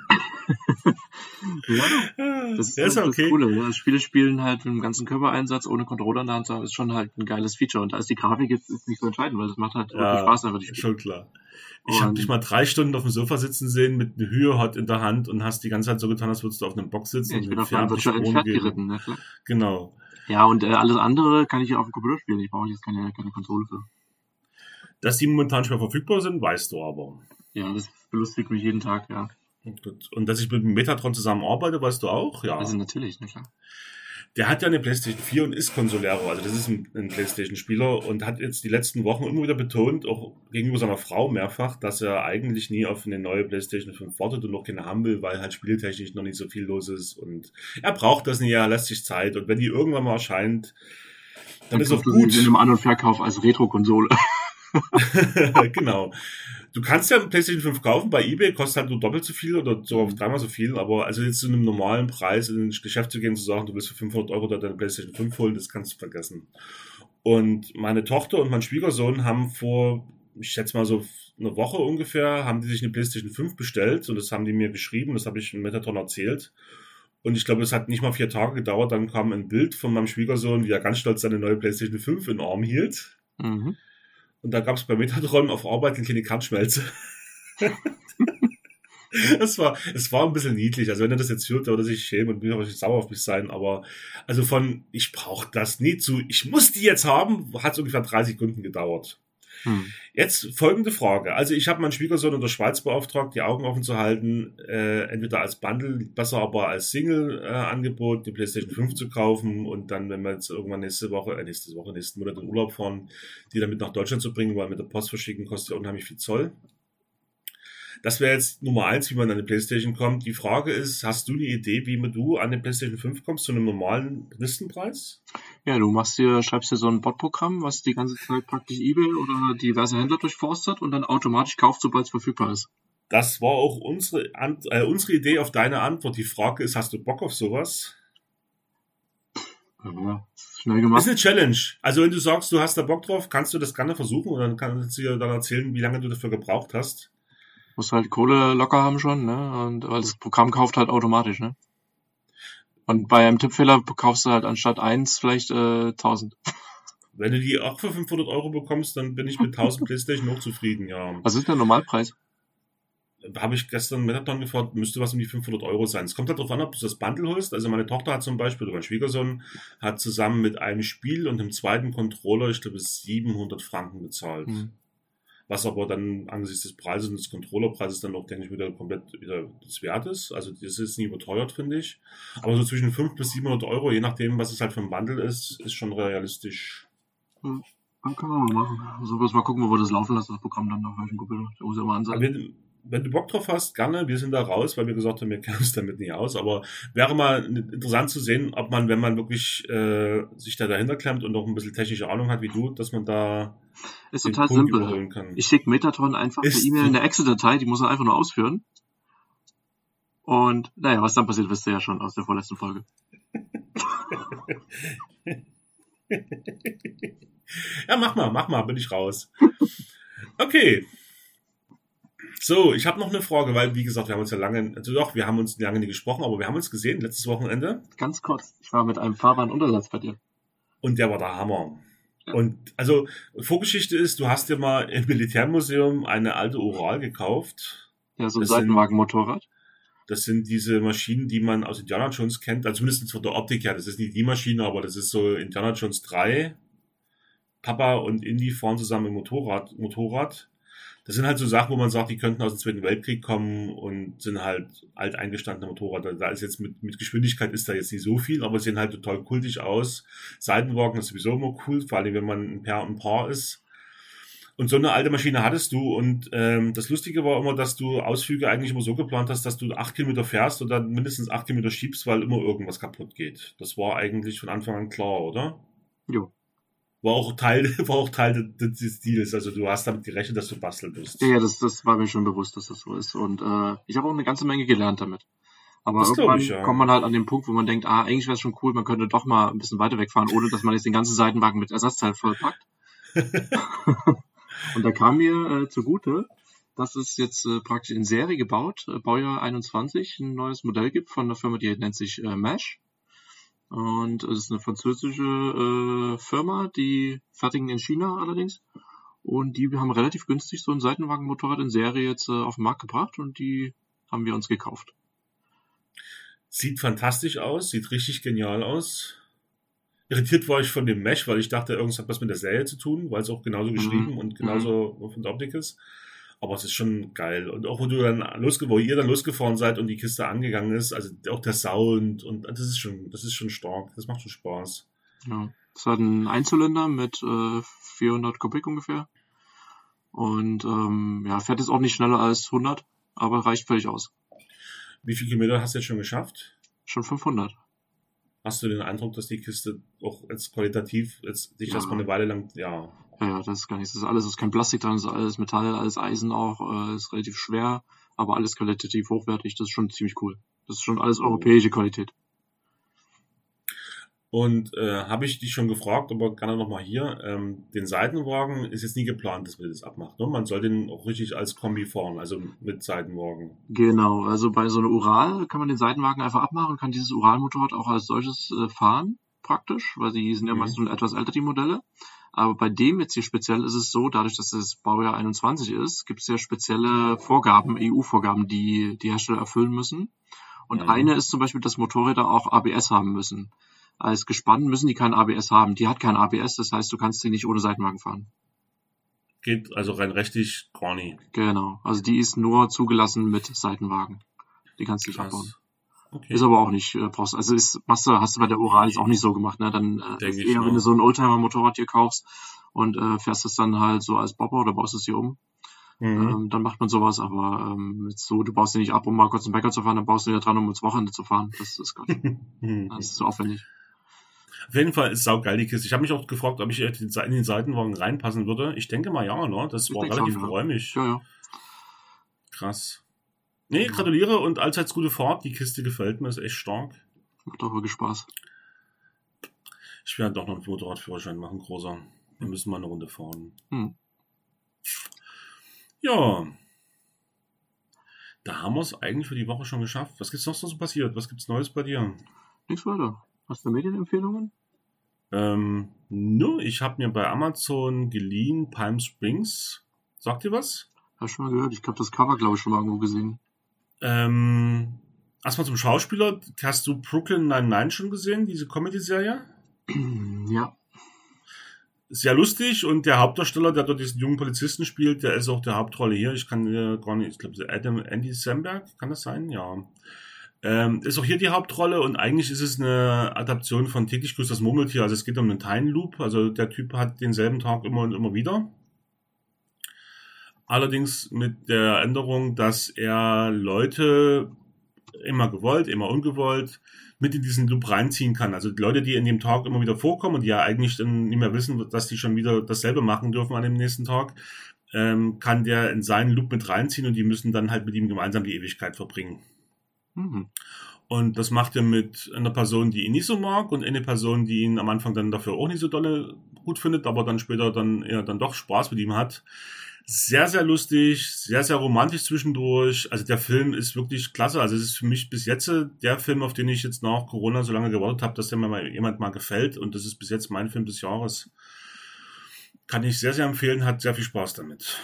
Ja, das ist, ja, ist das okay. Coole. Ja. Spiele spielen halt mit dem ganzen Körpereinsatz ohne Controller in der Hand, ist schon halt ein geiles Feature. Und da ist die Grafik jetzt ist nicht so entscheidend, weil das macht halt ja, wirklich Spaß einfach. Die schon klar. Ich habe dich mal drei Stunden auf dem Sofa sitzen sehen mit einer Hühehot in der Hand und hast die ganze Zeit so getan, als würdest du auf einem Box sitzen. Ja, ich bin auf einem virtuellen Pferd geritten, ne? Klar. Genau. Ja, und äh, alles andere kann ich ja auf dem Computer spielen. Ich brauche jetzt keine, keine Konsole für. Dass die momentan schwer verfügbar sind, weißt du aber. Ja, das belustigt mich jeden Tag, ja. Und, gut. Und dass ich mit Metatron zusammen arbeite, weißt du auch? Ja. Also natürlich, na klar. Der hat ja eine PlayStation vier und ist Konsolero, also das ist ein, ein PlayStation-Spieler und hat jetzt die letzten Wochen immer wieder betont, auch gegenüber seiner Frau mehrfach, dass er eigentlich nie auf eine neue PlayStation fünf wartet und noch keine haben will, weil halt spieltechnisch noch nicht so viel los ist und er braucht das nicht, er lässt sich Zeit und wenn die irgendwann mal erscheint, dann, dann ist auch gut. In einem An- und Verkauf als Retro-Konsole. Genau. Du kannst ja eine PlayStation fünf kaufen bei eBay, kostet halt nur doppelt so viel oder so auf dreimal so viel, aber also jetzt zu einem normalen Preis in ein Geschäft zu gehen, zu sagen, du willst für fünfhundert Euro da deine PlayStation fünf holen, das kannst du vergessen. Und meine Tochter und mein Schwiegersohn haben vor, ich schätze mal so eine Woche ungefähr, haben die sich eine PlayStation fünf bestellt und das haben die mir geschrieben, das habe ich in Metatron erzählt. Und ich glaube, es hat nicht mal vier Tage gedauert, dann kam ein Bild von meinem Schwiegersohn, wie er ganz stolz seine neue PlayStation fünf in den Arm hielt. Mhm. Und da gab es bei Metatron auf Arbeit eine kleine Kernschmelze. Es war, es war ein bisschen niedlich. Also wenn er das jetzt hört, würde er sich schämen und will aber nicht sauer auf mich sein. Aber also von, ich brauche das nie zu, ich muss die jetzt haben, hat es ungefähr drei Sekunden gedauert. Hm. Jetzt folgende Frage. Also ich habe meinen Schwiegersohn in der Schweiz beauftragt, die Augen offen zu halten, äh, entweder als Bundle, besser aber als Single-Angebot, äh, die PlayStation fünf zu kaufen und dann, wenn wir jetzt irgendwann nächste Woche, äh, nächste Woche, nächsten Monat in Urlaub fahren, die dann mit nach Deutschland zu bringen, weil mit der Post verschicken kostet ja unheimlich viel Zoll. Das wäre jetzt Nummer eins, wie man an eine PlayStation kommt. Die Frage ist, hast du eine Idee, wie du an eine PlayStation fünf kommst, zu einem normalen Listenpreis? Ja, du machst dir, schreibst dir so ein Bot-Programm, was die ganze Zeit praktisch eBay oder diverse Händler durchforstet und dann automatisch kauft, sobald es verfügbar ist. Das war auch unsere, äh, unsere Idee auf deine Antwort. Die Frage ist, hast du Bock auf sowas? Ja, schnell gemacht. Das ist eine Challenge. Also wenn du sagst, du hast da Bock drauf, kannst du das gerne versuchen und dann kannst du dir dann erzählen, wie lange du dafür gebraucht hast. Musst halt Kohle locker haben schon, ne? Und weil das Programm kauft halt automatisch, ne? Und bei einem Tippfehler kaufst du halt anstatt eins vielleicht äh, tausend. Wenn du die auch für fünfhundert Euro bekommst, dann bin ich mit tausend PlayStation auch zufrieden, ja. Was ist der Normalpreis? Da habe ich gestern Metaton gefragt, müsste was um die fünfhundert Euro sein. Es kommt halt darauf an, ob du das Bundle holst. Also meine Tochter hat zum Beispiel, oder mein Schwiegersohn, hat zusammen mit einem Spiel und einem zweiten Controller, ich glaube, siebenhundert Franken bezahlt. Hm. Was aber dann angesichts des Preises und des Controllerpreises dann auch, denke ich, wieder komplett wieder das wert ist. Also das ist nie überteuert, finde ich. Aber so zwischen fünfhundert bis siebenhundert Euro, je nachdem, was es halt für ein Bundle ist, ist schon realistisch. Hm. Dann können wir mal machen. Also mal gucken, wo wir das laufen lassen, das Programm dann auf welchen Kuppel. Da muss ja mal ansagen. Wenn du Bock drauf hast, gerne. Wir sind da raus, weil wir gesagt haben, wir kennen uns damit nicht aus. Aber wäre mal interessant zu sehen, ob man, wenn man wirklich äh, sich da dahinter klemmt und auch ein bisschen technische Ahnung hat wie du, dass man da ist total simpel. Kann. Ich schicke Metatron einfach per E-Mail in der Excel-Datei, die muss er einfach nur ausführen. Und naja, was dann passiert, wisst ihr ja schon aus der vorletzten Folge. Ja, mach mal, mach mal, bin ich raus. Okay. So, ich habe noch eine Frage, weil, wie gesagt, wir haben uns ja lange, also doch, wir haben uns lange nicht gesprochen, aber wir haben uns gesehen, letztes Wochenende. Ganz kurz, ich war mit einem Fahrbahnuntersatz bei dir. Und der war der Hammer. Ja. Und, also, Vorgeschichte ist, du hast dir mal im Militärmuseum eine alte Ural gekauft. Ja, so ein Seitenwagenmotorrad. Das sind diese Maschinen, die man aus Indiana Jones kennt, also zumindest von der Optik her, das ist nicht die Maschine, aber das ist so Indiana Jones drei. Papa und Indy fahren zusammen im Motorrad, Motorrad. Das sind halt so Sachen, wo man sagt, die könnten aus dem Zweiten Weltkrieg kommen und sind halt alt eingestandene Motorräder. Da ist jetzt mit, mit Geschwindigkeit ist da jetzt nicht so viel, aber sehen halt total kultig aus. Seitenwagen ist sowieso immer cool, vor allem wenn man ein Paar und ein Paar ist. Und so eine alte Maschine hattest du und ähm, das Lustige war immer, dass du Ausflüge eigentlich immer so geplant hast, dass du acht Kilometer fährst und dann mindestens acht Kilometer schiebst, weil immer irgendwas kaputt geht. Das war eigentlich von Anfang an klar, oder? Jo. War auch Teil, war auch Teil des, des Deals. Also du hast damit gerechnet, dass du basteln musst. Ja, ja, das, das war mir schon bewusst, dass das so ist. Und äh, ich habe auch eine ganze Menge gelernt damit. Aber das irgendwann ich, ja. kommt man halt an den Punkt, wo man denkt, ah, eigentlich wäre es schon cool, man könnte doch mal ein bisschen weiter wegfahren, ohne dass man jetzt den ganzen Seitenwagen mit Ersatzteil vollpackt. Und da kam mir äh, zugute, dass es jetzt äh, praktisch in Serie gebaut, äh, Baujahr einundzwanzig, ein neues Modell gibt von einer Firma, die nennt sich äh, Mesh. Und es ist eine französische äh, Firma, die fertigen in China allerdings. Und die haben relativ günstig so ein Seitenwagenmotorrad in Serie jetzt äh, auf den Markt gebracht und die haben wir uns gekauft. Sieht fantastisch aus, sieht richtig genial aus. Irritiert war ich von dem Mesh, weil ich dachte, irgendwas hat was mit der Serie zu tun, weil es auch genauso geschrieben mhm. und genauso mhm. von der Optik ist. Aber es ist schon geil. Und auch wo du dann losge- wo ihr dann losgefahren seid und die Kiste angegangen ist, also auch der Sound und das ist schon, das ist schon stark. Das macht schon Spaß. Ja, es hat einen Einzylinder mit äh, vierhundert Kubik ungefähr. Und ähm, ja, fährt jetzt auch nicht schneller als hundert, aber reicht völlig aus. Wie viele Kilometer hast du jetzt schon geschafft? Schon fünfhundert. Hast du den Eindruck, dass die Kiste auch jetzt qualitativ jetzt dich ja. erstmal eine Weile lang, ja. Ja, ja, das ist gar nichts. Das ist alles, ist kein Plastik dran, das ist alles Metall, alles Eisen auch, äh, ist relativ schwer, aber alles qualitativ hochwertig, das ist schon ziemlich cool. Das ist schon alles europäische Qualität. Und äh, habe ich dich schon gefragt, aber gerne nochmal hier, ähm, den Seitenwagen ist jetzt nie geplant, dass man das abmacht, ne? Man soll den auch richtig als Kombi fahren, also mit Seitenwagen. Genau, also bei so einer Ural kann man den Seitenwagen einfach abmachen und kann dieses Ural-Motorrad auch als solches äh, fahren, praktisch, weil die sind ja mhm. meistens etwas älter, die Modelle. Aber bei dem jetzt hier speziell ist es so, dadurch, dass es Baujahr einundzwanzig ist, gibt es ja spezielle Vorgaben, E U-Vorgaben, die die Hersteller erfüllen müssen. Und mhm. eine ist zum Beispiel, dass Motorräder auch A B S haben müssen. Als Gespann müssen die kein A B S haben. Die hat kein A B S, das heißt, du kannst die nicht ohne Seitenwagen fahren. Geht also rein rechtlich gar nicht. Genau, also die ist nur zugelassen mit Seitenwagen. Die kannst du nicht Krass. abbauen. Okay. Ist aber auch nicht, äh, brauchst also ist, machst du, hast du bei der Ural jetzt auch nicht so gemacht, ne? Dann äh, ist eher, wenn du so ein Oldtimer-Motorrad hier kaufst und äh, fährst es dann halt so als Bobber oder baust es hier um, mhm. ähm, dann macht man sowas, aber ähm, jetzt so, du baust den nicht ab, um mal kurz einen Bäcker zu fahren, dann baust du wieder dran, um ins Wochenende zu fahren. Das ist Quatsch. Das ist zu aufwendig. Auf jeden Fall ist saugeil die Kiste. Ich habe mich auch gefragt, ob ich in den Seitenwagen reinpassen würde. Ich denke mal ja, ne? Das ich war relativ schon, geräumig. Ja, ja. Krass. Nee, ja. Gratuliere und allseits gute Fahrt. Die Kiste gefällt mir, ist echt stark. Macht auch wirklich Spaß. Ich werde doch noch einen Motorradführerschein machen, großer. Wir müssen mal eine Runde fahren. Hm. Ja. Da haben wir es eigentlich für die Woche schon geschafft. Was gibt's noch so passiert? Was gibt's Neues bei dir? nichts weiter. Hast du Medienempfehlungen? Ähm, nur, ich habe mir bei Amazon geliehen Palm Springs. Sagt ihr was? Hast du schon mal gehört? Ich habe das Cover, glaube ich, schon mal irgendwo gesehen. Ähm, erstmal zum Schauspieler. Hast du Brooklyn Nine-Nine schon gesehen, diese Comedy-Serie? Ja. Sehr lustig und der Hauptdarsteller, der dort diesen jungen Polizisten spielt, der ist auch der Hauptrolle hier. Ich kann äh, gar nicht, ich glaube, Adam Andy Samberg, kann das sein? Ja. Ähm, ist auch hier die Hauptrolle und eigentlich ist es eine Adaption von Täglich grüßt das Murmeltier. Also es geht um einen Time Loop. Also der Typ hat denselben Tag immer und immer wieder. Allerdings mit der Änderung, dass er Leute immer gewollt, immer ungewollt mit in diesen Loop reinziehen kann. Also die Leute, die in dem Tag immer wieder vorkommen und die ja eigentlich dann nicht mehr wissen, dass die schon wieder dasselbe machen dürfen an dem nächsten Tag, ähm, kann der in seinen Loop mit reinziehen und die müssen dann halt mit ihm gemeinsam die Ewigkeit verbringen. Mhm. Und das macht er mit einer Person, die ihn nicht so mag und eine Person, die ihn am Anfang dann dafür auch nicht so dolle gut findet, aber dann später dann eher dann doch Spaß mit ihm hat. Sehr, sehr lustig, sehr, sehr romantisch zwischendurch. Also der Film ist wirklich klasse. Also es ist für mich bis jetzt der Film, auf den ich jetzt nach Corona so lange gewartet habe, dass der mir mal jemand mal gefällt. Und das ist bis jetzt mein Film des Jahres. Kann ich sehr, sehr empfehlen, hat sehr viel Spaß damit.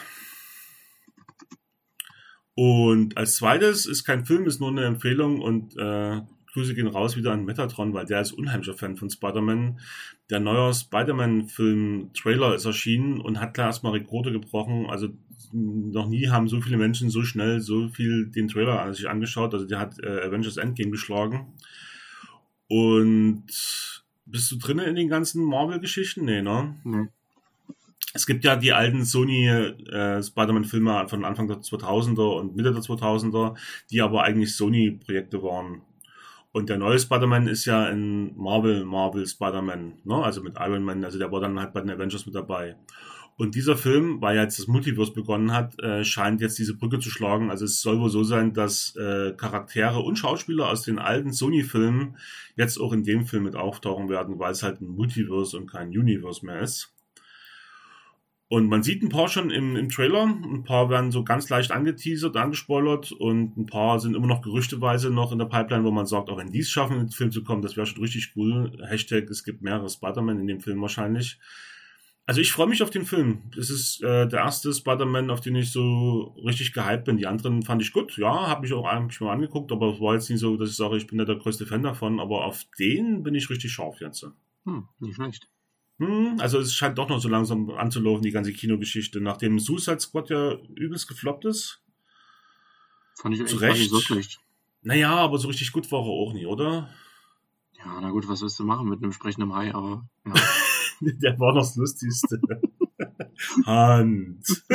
Und als zweites ist kein Film, ist nur eine Empfehlung und äh, Grüße gehen raus wieder an Metatron, weil der ist unheimlicher Fan von Spider-Man. Der neue Spider-Man-Film-Trailer ist erschienen und hat klar erstmal Rekorde gebrochen. Also noch nie haben so viele Menschen so schnell so viel den Trailer an sich angeschaut. Also der hat äh, Avengers Endgame geschlagen. Und bist du drin in den ganzen Marvel-Geschichten? Nee, ne? Nee. Es gibt ja die alten Sony äh, Spider-Man-Filme von Anfang der zweitausender und Mitte der zweitausender, die aber eigentlich Sony-Projekte waren. Und der neue Spider-Man ist ja in Marvel, Marvel Spider-Man, ne? Also mit Iron Man, also der war dann halt bei den Avengers mit dabei. Und dieser Film, weil ja jetzt das Multiverse begonnen hat, äh, scheint jetzt diese Brücke zu schlagen. Also es soll wohl so sein, dass äh, Charaktere und Schauspieler aus den alten Sony-Filmen jetzt auch in dem Film mit auftauchen werden, weil es halt ein Multiverse und kein Universe mehr ist. Und man sieht ein paar schon im, im Trailer, ein paar werden so ganz leicht angeteasert, angespoilert und ein paar sind immer noch gerüchteweise noch in der Pipeline, wo man sagt, auch wenn die es schaffen, in den Film zu kommen, das wäre schon richtig cool. Hashtag, es gibt mehrere Spider-Man in dem Film wahrscheinlich. Also ich freue mich auf den Film. Das ist äh, der erste Spider-Man, auf den ich so richtig gehypt bin. Die anderen fand ich gut, ja, habe mich auch eigentlich mal angeguckt, aber es war jetzt nicht so, dass ich sage, ich bin ja der größte Fan davon, aber auf den bin ich richtig scharf jetzt. Hm, nicht schlecht. Hm, also es scheint doch noch so langsam anzulaufen, die ganze Kinogeschichte. Nachdem Suicide Squad ja übelst gefloppt ist. Fand ich Zu echt gar nicht Recht. so schlecht. Naja, aber so richtig gut war er auch nie, oder? Ja, na gut, was willst du machen mit einem sprechenden Hai, aber ja. Der war noch das Lustigste. Hans.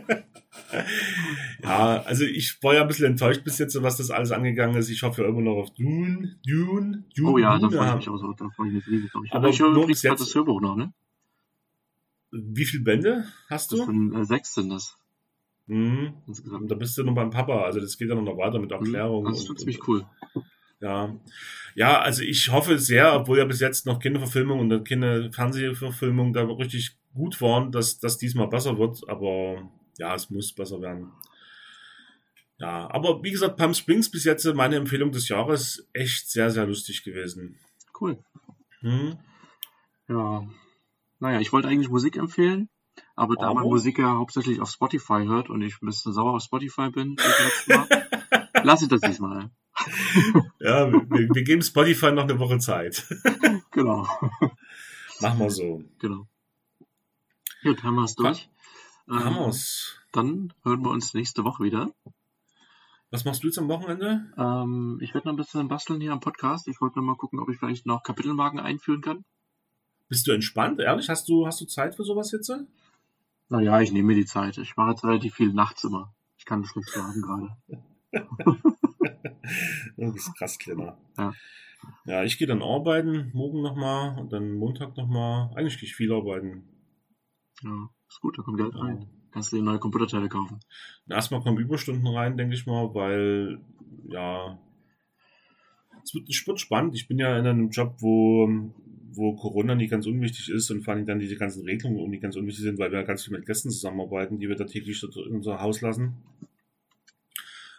Ja, also ich war ja ein bisschen enttäuscht bis jetzt, was das alles angegangen ist. Ich hoffe ja immer noch auf Dune, Dune, Dune. Oh ja, da Dune. freue ich mich auch so. Da freue ich mich riesig drauf. Ich Aber ich höre nur übrigens bis gerade jetzt- das Hörbuch noch, ne? Wie viele Bände hast Das du? sind äh, sechs sind das Hm. insgesamt. Da bist du noch beim Papa, also das geht ja noch weiter mit Erklärungen. Das ist schon und- ziemlich cool. Ja, ja, also ich hoffe sehr, obwohl ja bis jetzt noch keine Verfilmung und keine Fernsehverfilmung da richtig gut waren, dass das diesmal besser wird, aber ja, es muss besser werden. Ja, aber wie gesagt, Palm Springs bis jetzt meine Empfehlung des Jahres, echt sehr, sehr lustig gewesen. Cool. Hm? Ja. Naja, ich wollte eigentlich Musik empfehlen, aber da man Aber? Musik ja hauptsächlich auf Spotify hört und ich ein bisschen sauer auf Spotify bin, wie beim letzten Mal, lasse ich das diesmal. Ja, wir, wir geben Spotify noch eine Woche Zeit. Genau. Machen wir so. Genau. Gut, haben wir es durch. Haben Ähm, wir's. Dann hören wir uns nächste Woche wieder. Was machst du jetzt am Wochenende? Ähm, ich werde noch ein bisschen basteln hier am Podcast. Ich wollte noch mal gucken, ob ich vielleicht noch Kapitelmarken einführen kann. Bist du entspannt? Ehrlich? Hast du, hast du Zeit für sowas jetzt? Naja, ich nehme mir die Zeit. Ich mache jetzt relativ viel nachts immer. Ich kann schlecht schlafen gerade. Du bist krass, Kleiner. Ja. Ja, ich gehe dann arbeiten, morgen nochmal und dann Montag nochmal. Eigentlich gehe ich viel arbeiten. Ja, ist gut, da kommt Geld Ja. rein. Kannst du dir neue Computerteile kaufen. Erstmal kommen Überstunden rein, denke ich mal, weil, ja, es wird, es wird spannend. Ich bin ja in einem Job, wo, wo Corona nicht ganz unwichtig ist und vor allem dann diese ganzen Regelungen irgendwie ganz unwichtig sind, weil wir ganz viel mit Gästen zusammenarbeiten, die wir da täglich in unser Haus lassen.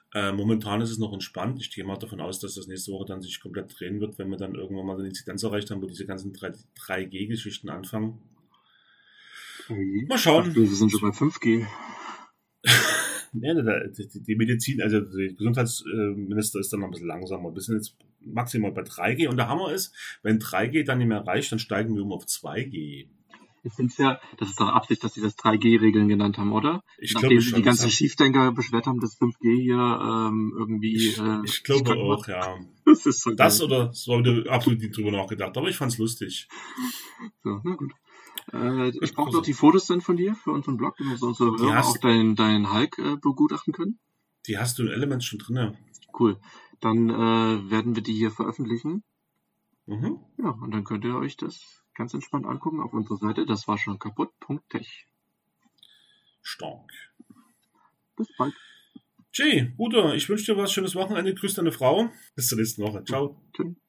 Äh, momentan ist es noch entspannt. Ich gehe mal davon aus, dass das nächste Woche dann sich komplett drehen wird, wenn wir dann irgendwann mal eine Inzidenz erreicht haben, wo diese ganzen drei G-Geschichten anfangen. Okay. Mal schauen. Ach, wir sind schon bei fünf G. Ja, die, die Medizin, also der Gesundheitsminister ist dann noch ein bisschen langsamer. Wir sind jetzt maximal bei drei G und der Hammer ist, wenn drei G dann nicht mehr reicht, dann steigen wir um auf zwei G. Ich finde ja, das ist doch Absicht, dass sie das drei G-Regeln genannt haben, oder? Ich Nachdem glaube sie schon, die ganzen das- Schiefdenker beschwert haben, dass fünf G hier ähm, irgendwie... Ich, äh, ich glaube krank auch, macht. ja. Das ist so Das geil. oder so habe ich absolut nicht drüber nachgedacht, aber ich fand's lustig. So, na gut. Äh, ich brauche also- noch die Fotos dann von dir für unseren Blog, damit wir unsere Die Hörer hast- auch dein, dein Hulk äh, begutachten können. Die hast du in Elements schon drin. Cool. Dann äh, werden wir die hier veröffentlichen. Mhm. Ja, und dann könnt ihr euch das ganz entspannt angucken auf unserer Seite. Das war schon kaputt punkt tech. Stark. Bis bald. Jay, Bruder, ich wünsche dir was, schönes Wochenende. Grüß deine Frau. Bis zur nächsten Woche. Ciao. Tschüss.